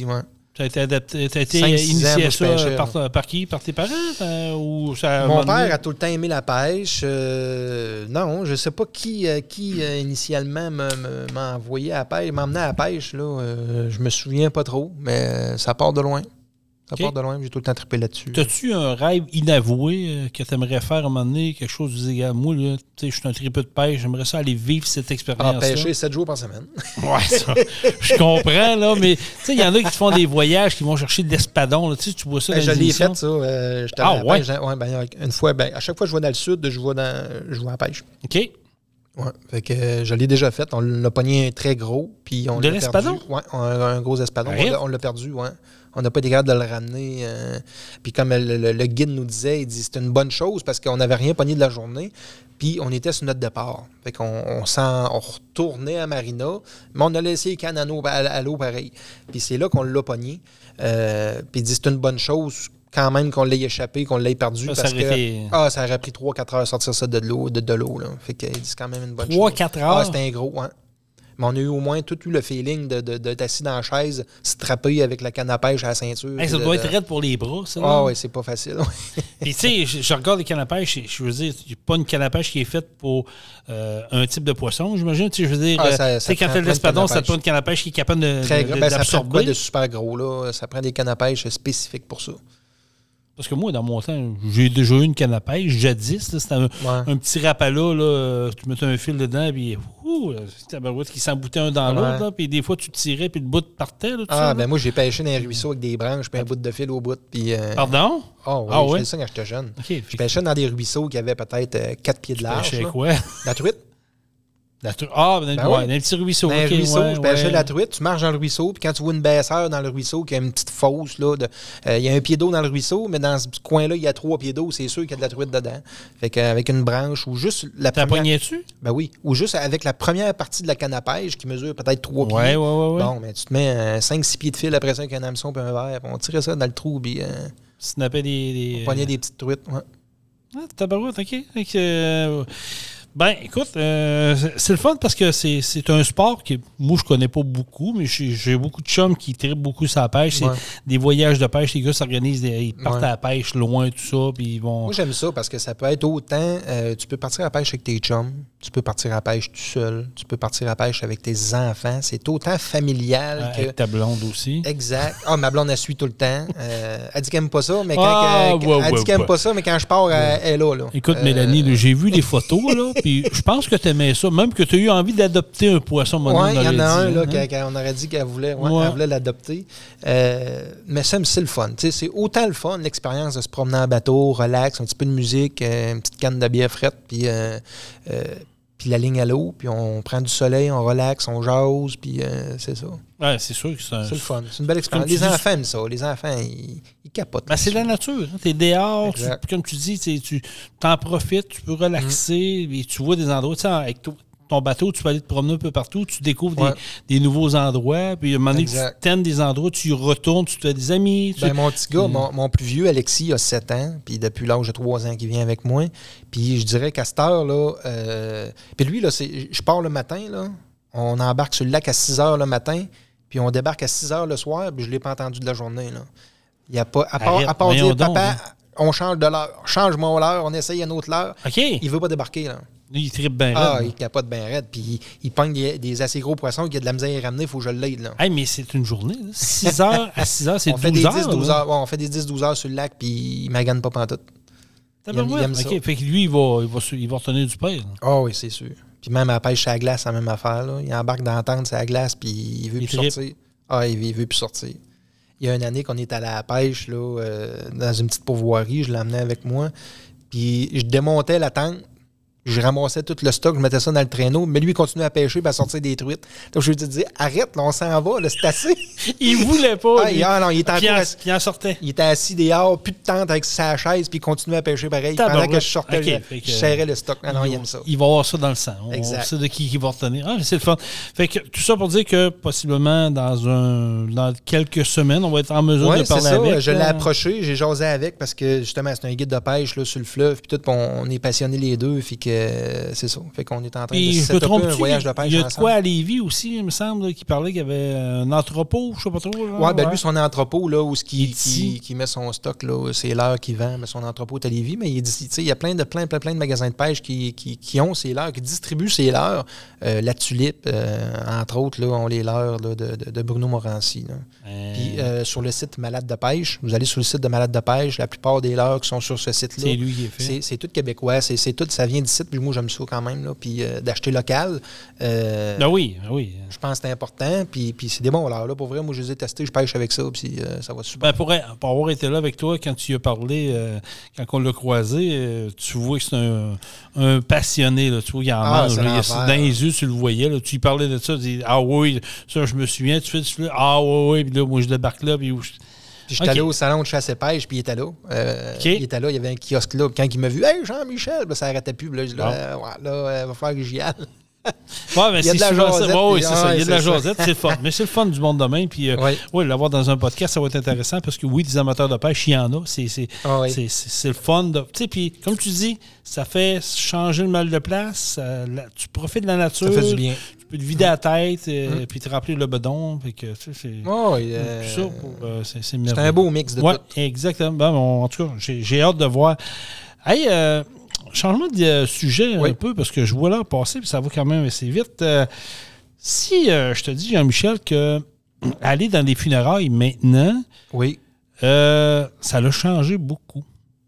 Tu as été adapté, tu as été initié à ça par, par qui? Par tes parents? Euh, ou ça Mon père donné? a tout le temps aimé la pêche. Euh, non, je ne sais pas qui, euh, qui euh, initialement m'a envoyé à la pêche, m'a emmené à la pêche. Là. Euh, je me souviens pas trop, mais ça part de loin. Ça okay. part de loin, j'ai tout le temps trippé là-dessus. As-tu un rêve inavoué euh, que tu aimerais faire à un moment donné? Quelque chose, tu disais, moi, là, je suis un tripeux de pêche, j'aimerais ça aller vivre cette expérience-là. Ah, pêcher sept jours par semaine. Ouais, ça. Je comprends, là, mais tu sais, il y en a qui font des voyages, qui vont chercher de l'espadon. Tu sais, tu vois ça dans ben, les Je l'ai fait, ça. Euh, ah, ouais? Pêche, ouais ben, une fois, ben, à chaque fois que je vais dans le sud, je vais, dans, je vais à la pêche. OK. Ouais, fait que euh, je l'ai déjà fait. On l'a pogné un très gros, puis on de l'a l'espadon? perdu. Ouais, on a un gros espadon. Ouais. On l'a perdu, ouais. On n'a pas été capable de le ramener. Euh, puis comme le, le, le guide nous disait, il dit c'est une bonne chose parce qu'on n'avait rien pogné de la journée. Puis on était sur notre départ. Fait qu'on on on retournait à Marina, mais on a laissé les cannes à, à l'eau pareil. Puis c'est là qu'on l'a pogné. Euh, puis il dit c'est une bonne chose quand même qu'on l'ait échappé, qu'on l'ait perdu. Ça, parce ça que été... ah, ça aurait pris trois quatre heures sortir ça de l'eau. De, de l'eau là. Fait qu'il dit c'est quand même une bonne trois, chose. trois quatre heures? Ah, c'était un gros, hein. Mais on a eu au moins tout eu le feeling de, de, de, assis dans la chaise, strapper avec la canne à pêche à la ceinture. Hey, ça de, doit de... être raide pour les bras, ça. Ah oui, c'est pas facile. Puis tu sais, je, je regarde les cannes à pêche, je veux dire, il n'y a pas une canne à pêche qui est faite pour euh, un type de poisson, j'imagine. Tu sais, je veux dire, ah, ça, ça quand tu as de l'espadon, ça te prend une canne à pêche qui est capable de, Très de, de ben, ça prend quoi de de super gros, là? Ça prend des cannes à pêche spécifiques pour ça. Parce que moi, dans mon temps, j'ai déjà eu une canne à pêche, jadis. C'était un, ouais. un petit rapala, là, tu mettais un fil dedans, puis c'était un barouette qui s'emboutait un dans ouais. l'autre, puis des fois, tu tirais, puis le bout partait. Là, ah, ça, ben là. Moi, j'ai pêché dans un ruisseau avec des branches, puis un bout de fil au bout. Puis, euh... Pardon? Oh, oui, ah, je ouais? faisais ça quand j'étais jeune. Okay, je pêchais dans des ruisseaux qui avaient peut-être euh, quatre pieds de large. Tu pêchais quoi? La truite. La tru... Ah, ben, ben ouais, oui. dans un petit ruisseau. Dans okay, un ruisseau, ouais, je pêchais ouais. la truite, tu marches dans le ruisseau, puis quand tu vois une baisseur dans le ruisseau, qui a une petite fosse, là, il euh, y a un pied d'eau dans le ruisseau, mais dans ce coin-là, il y a trois pieds d'eau, c'est sûr qu'il y a de la truite dedans. Fait qu'avec une branche, ou juste la T'as première... pogné-tu? Ben oui. Ou juste avec la première partie de la canne à pêche, qui mesure peut-être trois pieds. Ouais, ouais, ouais, ouais. Bon, mais tu te mets euh, cinq six pieds de fil après ça avec un hameçon et un verre, on tirait ça dans le trou, puis... Euh, Snappait des... des... On pognait des petites truites, ouais. Ah, tabarouette, OK. OK. Euh... Ben, écoute, euh, c'est le fun parce que c'est un sport que moi, je connais pas beaucoup, mais j'ai beaucoup de chums qui trippent beaucoup sur la pêche. C'est ouais. des voyages de pêche. Les gars s'organisent, ils partent ouais. à la pêche loin, tout ça, puis ils vont... Moi, j'aime ça parce que ça peut être autant... Euh, tu peux partir à la pêche avec tes chums, tu peux partir à la pêche tout seul, tu peux partir à la pêche avec tes enfants. C'est autant familial euh, que... Avec ta blonde aussi. Exact. Ah, ma blonde, elle suit tout le temps. Euh, elle dit qu'elle n'aime pas ça, mais quand... Ah, elle, ouais, elle ouais, dit qu'elle n'aime ouais. pas ça, mais quand je pars, elle, elle est là, là. Écoute, euh, Mélanie, j'ai vu les photos, là, puis je pense que tu aimais ça, même que tu as eu envie d'adopter un poisson. Oui, il y en a un, dit, là, hein? qu'on aurait dit qu'elle voulait ouais, ouais. elle voulait l'adopter. Euh, mais ça, c'est le fun. C'est autant le fun, l'expérience de se promener en bateau, relax, un petit peu de musique, euh, une petite canne de bière frette, puis euh, euh, puis la ligne à l'eau, puis on prend du soleil, on relaxe, on jase, puis euh, c'est ça. Ouais, c'est sûr que c'est un... C'est le fun. C'est une belle expérience. Les enfants aiment ça. Les enfants, ils, ils capotent. Ben, c'est la nature. Hein. Tu es dehors, tu, comme tu dis, tu t'en profites, tu peux relaxer, mmh. et tu vois des endroits, tu sais, avec toi. Ton bateau, tu peux aller te promener un peu partout, tu découvres ouais. des, des nouveaux endroits, puis à un moment donné, tu t'aimes des endroits, tu y retournes, tu te fais des amis. Tu... Ben, mon petit gars, mmh. mon, mon plus vieux, Alexis, a sept ans, puis depuis l'âge de trois ans qu'il vient avec moi. Puis je dirais qu'à cette heure, là, euh... puis lui, là, je pars le matin, là, on embarque sur le lac à six heures le matin, puis on débarque à six heures le soir, puis je ne l'ai pas entendu de la journée. Là. Il y a pas, à part, Arrête, à part dire, donc, papa, hein. on change de l'heure, change-moi l'heure, on essaye une autre l'heure. Okay. Il ne veut pas débarquer, là. Il tripe bien raide. Ah, il capote bien raide. Puis il, il pogne des, des assez gros poissons qui a de la misère à ramener, il faut que je l'aide. Hey, mais c'est une journée. six heures à six heures, c'est douze heures. douze heures ouais, on fait des dix douze heures sur le lac, puis il ne magane pas pantoute. Il aime, il aime okay. Fait que lui, il va, il va, il va retenir du père. Ah oh, oui, c'est sûr. Puis même à la pêche à la glace, c'est la même affaire. Là. Il embarque dans la tente, c'est la glace, puis il veut il plus tripe. sortir. Ah, il veut, il veut plus sortir. Il y a une année qu'on est allé à la pêche, là, euh, dans une petite pourvoirie, je l'emmenais avec moi, puis je démontais la tente. Je ramassais tout le stock, je mettais ça dans le traîneau, mais lui, il continuait à pêcher et à sortir des truites. Donc, je lui disais, arrête, là, on s'en va, là, c'est assez. Il voulait pas. Ah, il, ah, non, il était puis, en, assis, puis en sortait. Il était assis dehors, plus de tente avec sa chaise, puis il continuait à pêcher pareil. Pendant vrai. que je sortais, okay, je, je serrais le stock. Ah non, il, il aime ça. Il va avoir ça dans le sang. On exact. sait de qui il va retenir. Ah, c'est le fun. Fait que tout ça pour dire que possiblement dans un dans quelques semaines, on va être en mesure ouais, de parler ça. avec. Je l'ai approché, j'ai jasé avec parce que justement, c'est un guide de pêche là, sur le fleuve, puis tout, on, on est passionnés les deux, puis que que c'est ça. Fait qu'on est en train Et de je setuper trompe, un voyage de pêche il y a de ensemble. quoi à Lévis aussi, il me semble, là, qui parlait qu'il y avait un entrepôt, je sais pas trop. Genre, ouais, ben ouais. lui, son entrepôt, là, où ce qui, Il qui, qui met son stock, là, c'est l'heure qu'il vend, mais son entrepôt est à Lévis. Mais il dit, tu sais, il y a plein de, plein, plein, plein de magasins de pêche qui, qui, qui ont ces leurres, qui distribuent ces leurres. Euh, la Tulipe, euh, entre autres, là, ont les leurres là, de, de, de Bruno Morancy. Là. Euh... Puis euh, sur le site Malade de pêche, vous allez sur le site de Malade de pêche, la plupart des leurres qui sont sur ce site-là, c'est lui qui est fait. C'est, c'est tout québécois, c'est, c'est tout, ça vient d'ici, puis moi j'aime ça quand même, là, puis euh, d'acheter local. Euh, ben oui, ben oui. Je pense que c'est important, puis, puis c'est des bons leurres. Là, pour vrai, moi je les ai testés, je pêche avec ça, puis euh, ça va super. Ben pour, pour avoir été là avec toi quand tu y as parlé, euh, quand on l'a croisé, euh, tu vois que c'est un, un passionné, là, tu vois qu'il en Ah, mange. c'est Là, il, dans les yeux, tu le voyais, là, tu lui parlais de ça, tu dis ah oui, ça je me souviens, tu fais, tu fais ah oui, oui, puis là, moi je débarque là, puis je... Puis j'étais okay. allé au salon de chasse et pêche, puis il était là. Euh, okay. Il était là, il y avait un kiosque là. Puis quand il m'a vu, hey Jean-Michel, ben, ça n'arrêtait plus. Puis là, je dis, là, euh, ouais, là, il va falloir que j'y aille. Ouais, mais il y a c'est de la jasette. Ouais, oui, c'est ça. Ouais, il y a de la ça. jasette, c'est le fun. Mais c'est le fun du monde de même. Puis, euh, oui. ouais, l'avoir dans un podcast, ça va être intéressant parce que oui, des amateurs de pêche, il y en a. C'est, c'est, ah, oui. c'est, c'est, c'est le fun. De, tu sais, puis comme tu dis, ça fait changer le mal de place. Ça, la, tu profites de la nature. Ça fait du bien. Tu peux te vider la tête euh, mm. puis te remplir le bedon. Puis que, tu sais, c'est, oh, oui, euh, ça pour, euh, c'est, c'est, c'est un beau mix de ouais, tout. Exactement. Bon, en tout cas, j'ai, j'ai hâte de voir. Hey, euh, changement de sujet oui. un peu, parce que je vois là passer, puis ça va quand même assez vite. Euh, si euh, je te dis, Jean-Michel, que aller dans les funérailles maintenant, oui. euh, ça l'a changé beaucoup.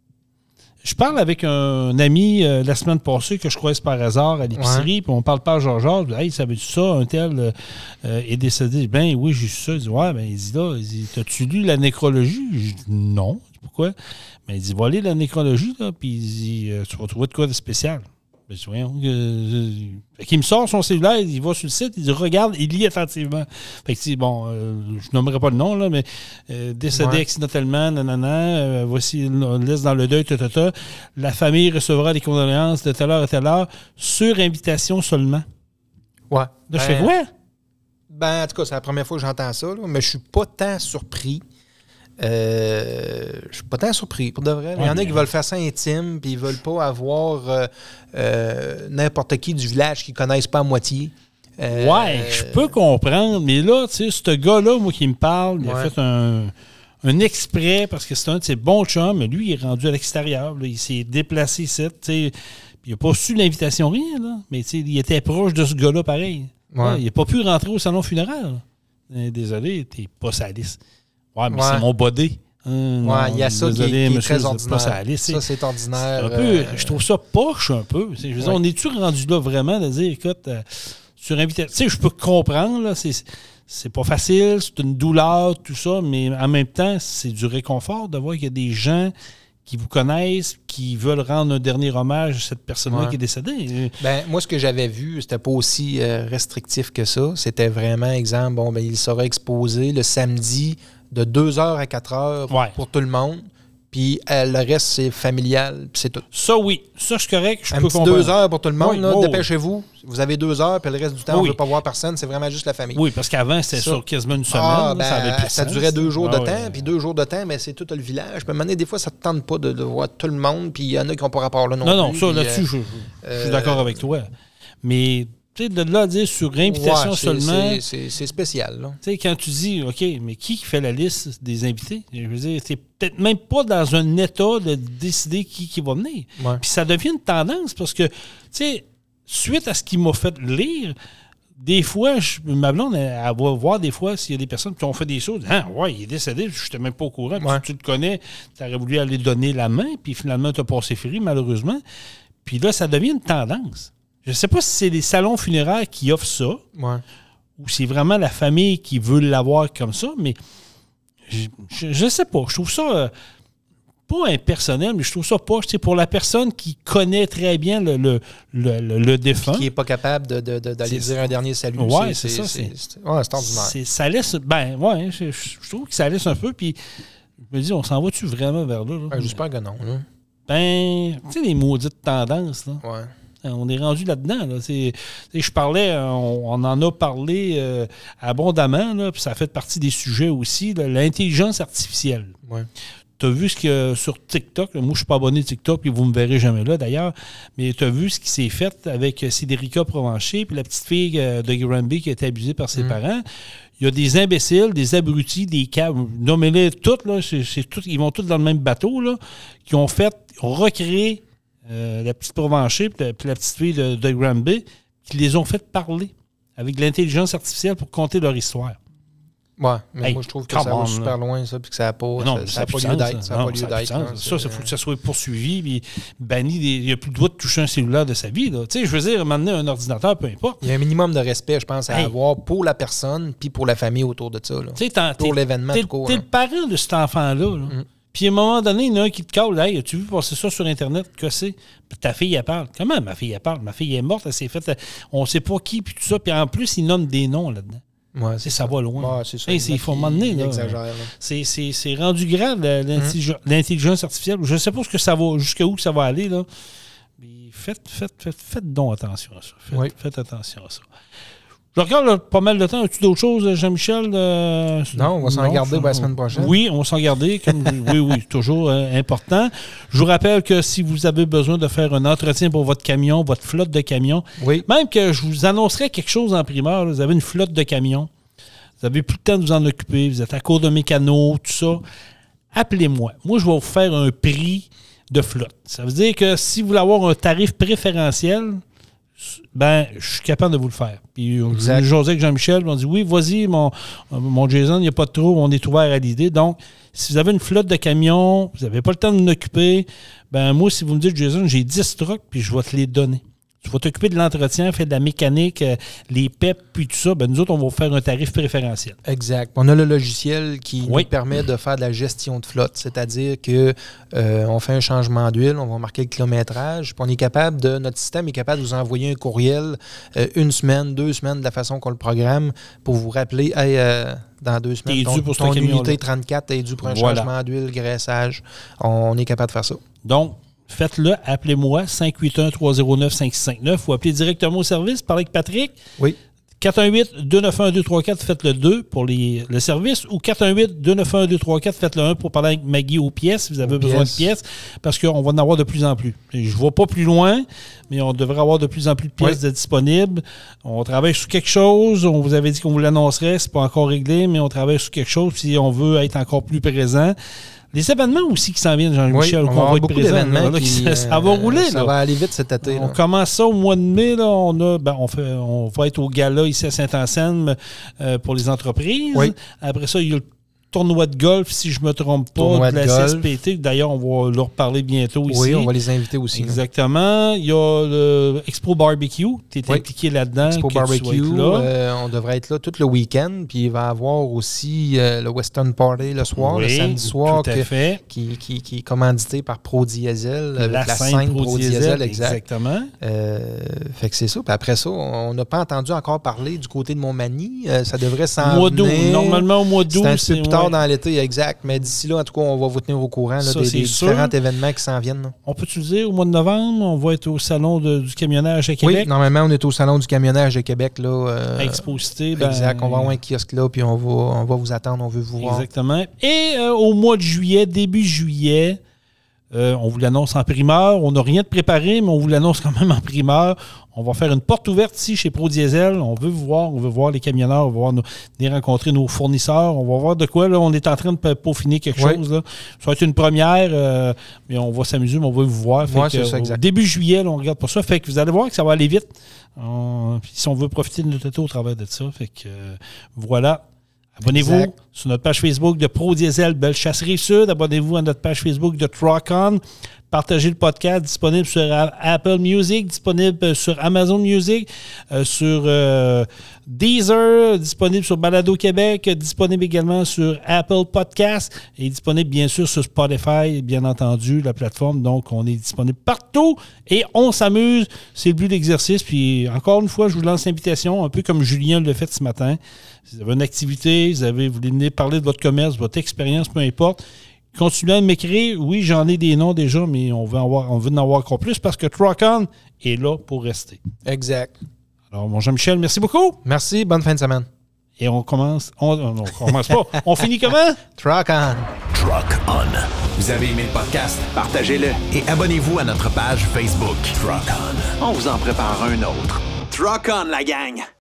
Je parle avec un ami euh, la semaine passée que je croise par hasard à l'épicerie, ouais. puis on parle pas à Georges. Hey, savais-tu ça? Un tel euh, est décédé. Ben oui, j'ai su ça. Il dit, ouais, ben il dit là, il dit, t'as-tu lu la nécrologie? Je dis, non. Pourquoi? Ben, il dit, va lire la nécrologie, là, puis il dit, euh, tu vas trouver de quoi de spécial. Ben, je dis, voyons. Euh, fait qu'il me sort son cellulaire, il va sur le site, il dit, regarde, il lit attentivement. Fait que, dit, bon, euh, je nommerai pas le nom, là, mais euh, décédé ouais. accidentellement, nanana, euh, voici, on laisse dans le deuil, tata, la famille recevra des condoléances de telle heure à telle heure, sur invitation seulement. Ouais. Là, je ben, fais quoi? Ben, en tout cas, c'est la première fois que j'entends ça, là, mais je suis pas tant surpris. Euh, je suis pas tant surpris, pour de vrai. Il y en a qui veulent faire ça intime, puis ils veulent pas avoir euh, euh, n'importe qui du village qu'ils connaissent pas à moitié. Euh, ouais, je peux comprendre, mais là, tu sais, ce gars-là, moi, qui me parle, il ouais. a fait un, un exprès, parce que c'est un de ses bons chums, mais lui, il est rendu à l'extérieur, là, il s'est déplacé ici, tu sais, puis il n'a pas su l'invitation, rien, là, mais tu sais, il était proche de ce gars-là, pareil. Ouais. Ouais, il n'a pas pu rentrer au salon funéraire. Là. Désolé, t'es pas sa liste. Ouais, mais ouais. c'est mon body. Hum, ouais, il y a ça désolé, qui est, qui est monsieur, très ordinaire. Ça, c'est, ça, c'est ordinaire. C'est un peu, euh... je trouve ça poche un peu. Je veux dire, ouais. On est-tu rendu là vraiment de dire, écoute, euh, sur invitation, tu sais, je peux comprendre, là, c'est, c'est pas facile, c'est une douleur, tout ça, mais en même temps, c'est du réconfort de voir qu'il y a des gens qui vous connaissent, qui veulent rendre un dernier hommage à cette personne-là ouais. qui est décédée. Ben, moi, ce que j'avais vu, c'était pas aussi euh, restrictif que ça. C'était vraiment, exemple, bon, ben, il sera exposé le samedi de deux heures à quatre heures ouais. pour tout le monde. Puis euh, le reste, c'est familial, puis c'est tout. Ça, oui. Ça, je suis correct. Je un peux petit comprendre. deux heures pour tout le monde. Oui, là, oh, dépêchez-vous. Vous avez deux heures, puis le reste du temps, oui. on ne veut pas voir personne. C'est vraiment juste la famille. Oui, parce qu'avant, c'était ça. Sur quasiment une semaine. Ah, ben, ça, avait plus ça sens. durait deux jours ah, de oui. temps, puis deux jours de temps, mais c'est tout le village. Puis maintenant, des fois, ça ne te tente pas de, de voir tout le monde, puis il y en a qui n'ont pas rapport là non, non plus. Non, non, ça, puis, là-dessus, euh, je, je, je suis d'accord avec toi. Mais... Tu sais, de là à dire sur invitation ouais, c'est, seulement... C'est, c'est, c'est spécial, là. Tu sais, quand tu dis, OK, mais qui fait la liste des invités? Je veux dire, t'es peut-être même pas dans un état de décider qui, qui va venir. Ouais. Puis ça devient une tendance parce que, tu sais, suite à ce qu'il m'a fait lire, des fois, je, ma blonde, elle, elle va voir des fois s'il y a des personnes qui ont fait des choses. Ah, ouais, il est décédé, je n'étais même pas au courant. Ouais. Tu, tu le connais, tu aurais voulu aller donner la main, puis finalement, tu as passé free, malheureusement. Puis là, ça devient une tendance. Je ne sais pas si c'est les salons funéraires qui offrent ça ouais. ou c'est vraiment la famille qui veut l'avoir comme ça, mais je ne sais pas. Je trouve ça euh, pas impersonnel, mais je trouve ça pas. C'est pour la personne qui connaît très bien le, le, le, le, le défunt. Qui n'est pas capable de, de, de, d'aller c'est, dire un dernier salut. Oui, c'est, c'est ça. C'est, c'est, c'est, ouais, c'est ordinaire. C'est, ça laisse. Ben, ouais, je, je trouve que ça laisse un peu. Puis je me dis, on s'en va-tu vraiment vers là? là? Ben, j'espère que non. Là. Ben, tu sais, les maudites tendances, là. Ouais. On est rendu là-dedans. Là. C'est, je parlais, on, on en a parlé euh, abondamment, là, puis ça fait partie des sujets aussi, là, l'intelligence artificielle. Ouais. tu as vu ce qu'il y a sur TikTok. Moi, je ne suis pas abonné à TikTok, puis vous ne me verrez jamais là, d'ailleurs. Mais tu as vu ce qui s'est fait avec Cédrica Provencher, puis la petite fille de Granby qui a été abusée par ses mmh. parents. Il y a des imbéciles, des abrutis, des caves, nommez-les toutes, là, c'est, c'est tout, ils vont tous dans le même bateau, là, qui ont fait, ont recréé euh, la petite Provencher, puis la, puis la petite fille de, de Granby, qui les ont fait parler avec de l'intelligence artificielle pour conter leur histoire. Ouais, mais hey, moi, je trouve que ça va super loin, ça, puis que ça n'a pas, non, ça, ça ça pas lieu d'être. Ça n'a pas lieu d'être. Ça, il faut que ça soit poursuivi, puis banni. Il n'y a plus le droit de toucher un cellulaire de sa vie. Tu sais, je veux dire, maintenant, un ordinateur, peu importe. Il y a un minimum de respect, je pense, à hey. avoir pour la personne, puis pour la famille autour de ça. Là. Pour l'événement, tout court. T'es le parent de cet enfant-là. Là. Mm. Puis à un moment donné, il y en a un qui te cale. Hey, as-tu vu passer ça sur Internet? Que c'est? Puis ta fille, elle parle. Comment ma fille, elle parle? Ma fille est morte, elle s'est faite. On ne sait pas qui, puis tout ça. Puis en plus, il nomme des noms là-dedans. Ouais, c'est ça, ça va loin. Ouais, c'est ça. Hey, c'est, il faut m'emmener. Là. Exagère, là. C'est, c'est, c'est rendu grave, l'intelligence, mmh. l'intelligence artificielle. Je ne sais pas ce que ça va, jusqu'à où ça va aller. Là. Mais faites, faites, faites, faites donc attention à ça. Faites, oui. faites attention à ça. Je regarde là, pas mal de temps. As-tu d'autres choses, Jean-Michel? Euh, non, on va s'en non, garder pour la semaine prochaine. Oui, on va s'en garder. Comme, oui, oui, toujours euh, important. Je vous rappelle que si vous avez besoin de faire un entretien pour votre camion, votre flotte de camions, oui. même que je vous annoncerai quelque chose en primeur, là, vous avez une flotte de camions, vous n'avez plus le temps de vous en occuper, vous êtes à court de mécanos, tout ça, appelez-moi. Moi, je vais vous faire un prix de flotte. Ça veut dire que si vous voulez avoir un tarif préférentiel, ben, je suis capable de vous le faire. Puis, José avec Jean-Michel, on dit oui, vas-y, mon, mon Jason, il n'y a pas de trouble, on est ouvert à l'idée. Donc, si vous avez une flotte de camions, vous n'avez pas le temps de vous en occuper, ben, moi, si vous me dites, Jason, j'ai dix trucks, puis je vais te les donner. Tu vas t'occuper de l'entretien, faire de la mécanique, euh, les P E P, puis tout ça. Ben, nous autres, on va vous faire un tarif préférentiel. Exact. On a le logiciel qui oui. nous permet de faire de la gestion de flotte. C'est-à-dire que euh, on fait un changement d'huile, on va marquer le kilométrage, puis on est capable de, notre système est capable de vous envoyer un courriel euh, une semaine, deux semaines de la façon qu'on le programme pour vous rappeler, hey, euh, dans deux semaines, ton, pour ton unité trente-quatre est dû pour un voilà. changement d'huile, graissage. On est capable de faire ça. Donc, faites-le, appelez-moi, cinq huit un, trois zéro neuf, cinq six cinq neuf ou appelez directement au service, parlez avec Patrick. Oui. quatre un huit, deux neuf un, deux trois quatre, faites le deux pour les, le service ou quatre un huit, deux neuf un, deux trois quatre, faites le un pour parler avec Maggie aux pièces, si vous avez aux besoin pièces. de pièces, parce qu'on va en avoir de plus en plus. Je ne vois pas plus loin, mais on devrait avoir de plus en plus de pièces oui. de disponibles. On travaille sur quelque chose, on vous avait dit qu'on vous l'annoncerait, c'est pas encore réglé, mais on travaille sur quelque chose si on veut être encore plus présent. Les événements aussi qui s'en viennent, Jean-Michel, oui, qu'on va être présent. Là, qui, ça, ça va rouler. Ça là. va aller vite cet été. On là. commence ça au mois de mai. Là, on, a, ben, on, fait, on va être au gala ici à Saint-Anselme euh, pour les entreprises. Oui. Après ça, il y a le tournoi de golf, si je ne me trompe pas, tournoi de la de C S P T. D'ailleurs, on va leur parler bientôt ici. Oui, on va les inviter aussi. Exactement. Là. Il y a le Expo Barbecue. Tu es oui. impliqué là-dedans. Expo Barbecue. Là. Euh, on devrait être là tout le week-end. Puis il va y avoir aussi euh, le Western Party le soir, oui, le samedi soir, tout à fait. Qui, qui, qui est commandité par Pro Diesel. La, avec la scène Pro Diesel, exact. Exactement. Euh, fait que c'est ça. Puis après ça, on n'a pas entendu encore parler du côté de Montmagny. Euh, ça devrait s'en mois d'août. Normalement, au mois d'août. C'est un petit peu plus tard ouais. dans l'été, exact. Mais d'ici là, en tout cas, on va vous tenir au courant là, ça, des, des différents événements qui s'en viennent. Là. On peut-tu dire, au mois de novembre, on va être au Salon de, du camionnage à Québec? Oui, normalement, on est au Salon du camionnage de Québec. Là, euh, à Exposité. Ben, exact. On va avoir un kiosque là, puis on va, on va vous attendre, on veut vous voir. Exactement. Et euh, au mois de juillet, début juillet, euh, on vous l'annonce en primeur. On n'a rien de préparé, mais on vous l'annonce quand même en primeur. On va faire une porte ouverte ici chez Pro Diesel. On veut vous voir, on veut voir les camionneurs, on va voir nos, les rencontrer nos fournisseurs. On va voir de quoi. Là, on est en train de peaufiner quelque oui. chose. Là. Ça va être une première, euh, mais on va s'amuser, mais on va vous voir. Fait ouais, que, ça, exact. Début juillet, là, on regarde pour ça. Fait que vous allez voir que ça va aller vite. On, si on veut profiter de notre auto au travers de ça. Fait que euh, voilà. Abonnez-vous exact. Sur notre page Facebook de Pro Diesel Bellechasse Rive-Sud. Abonnez-vous à notre page Facebook de Truck On. Partagez le podcast, disponible sur Apple Music, disponible sur Amazon Music, euh, sur euh, Deezer, disponible sur Balado Québec, disponible également sur Apple Podcast et disponible bien sûr sur Spotify, bien entendu, la plateforme. Donc, on est disponible partout et on s'amuse. C'est le but de l'exercice. Puis, encore une fois, je vous lance l'invitation, un peu comme Julien l'a fait ce matin. Si vous avez une activité, vous, avez, vous voulez venir parler de votre commerce, de votre expérience, peu importe, continuez à m'écrire. Oui, j'en ai des noms déjà, mais on veut en avoir, on veut en avoir encore plus parce que Truck On est là pour rester. Exact. Alors, mon Jean-Michel, merci beaucoup. Merci, bonne fin de semaine. Et on commence... On, on, on commence pas. On finit comment? Truck On. Truck On. Vous avez aimé le podcast? Partagez-le Et abonnez-vous à notre page Facebook. Truck On. On vous en prépare un autre. Truck On, la gang!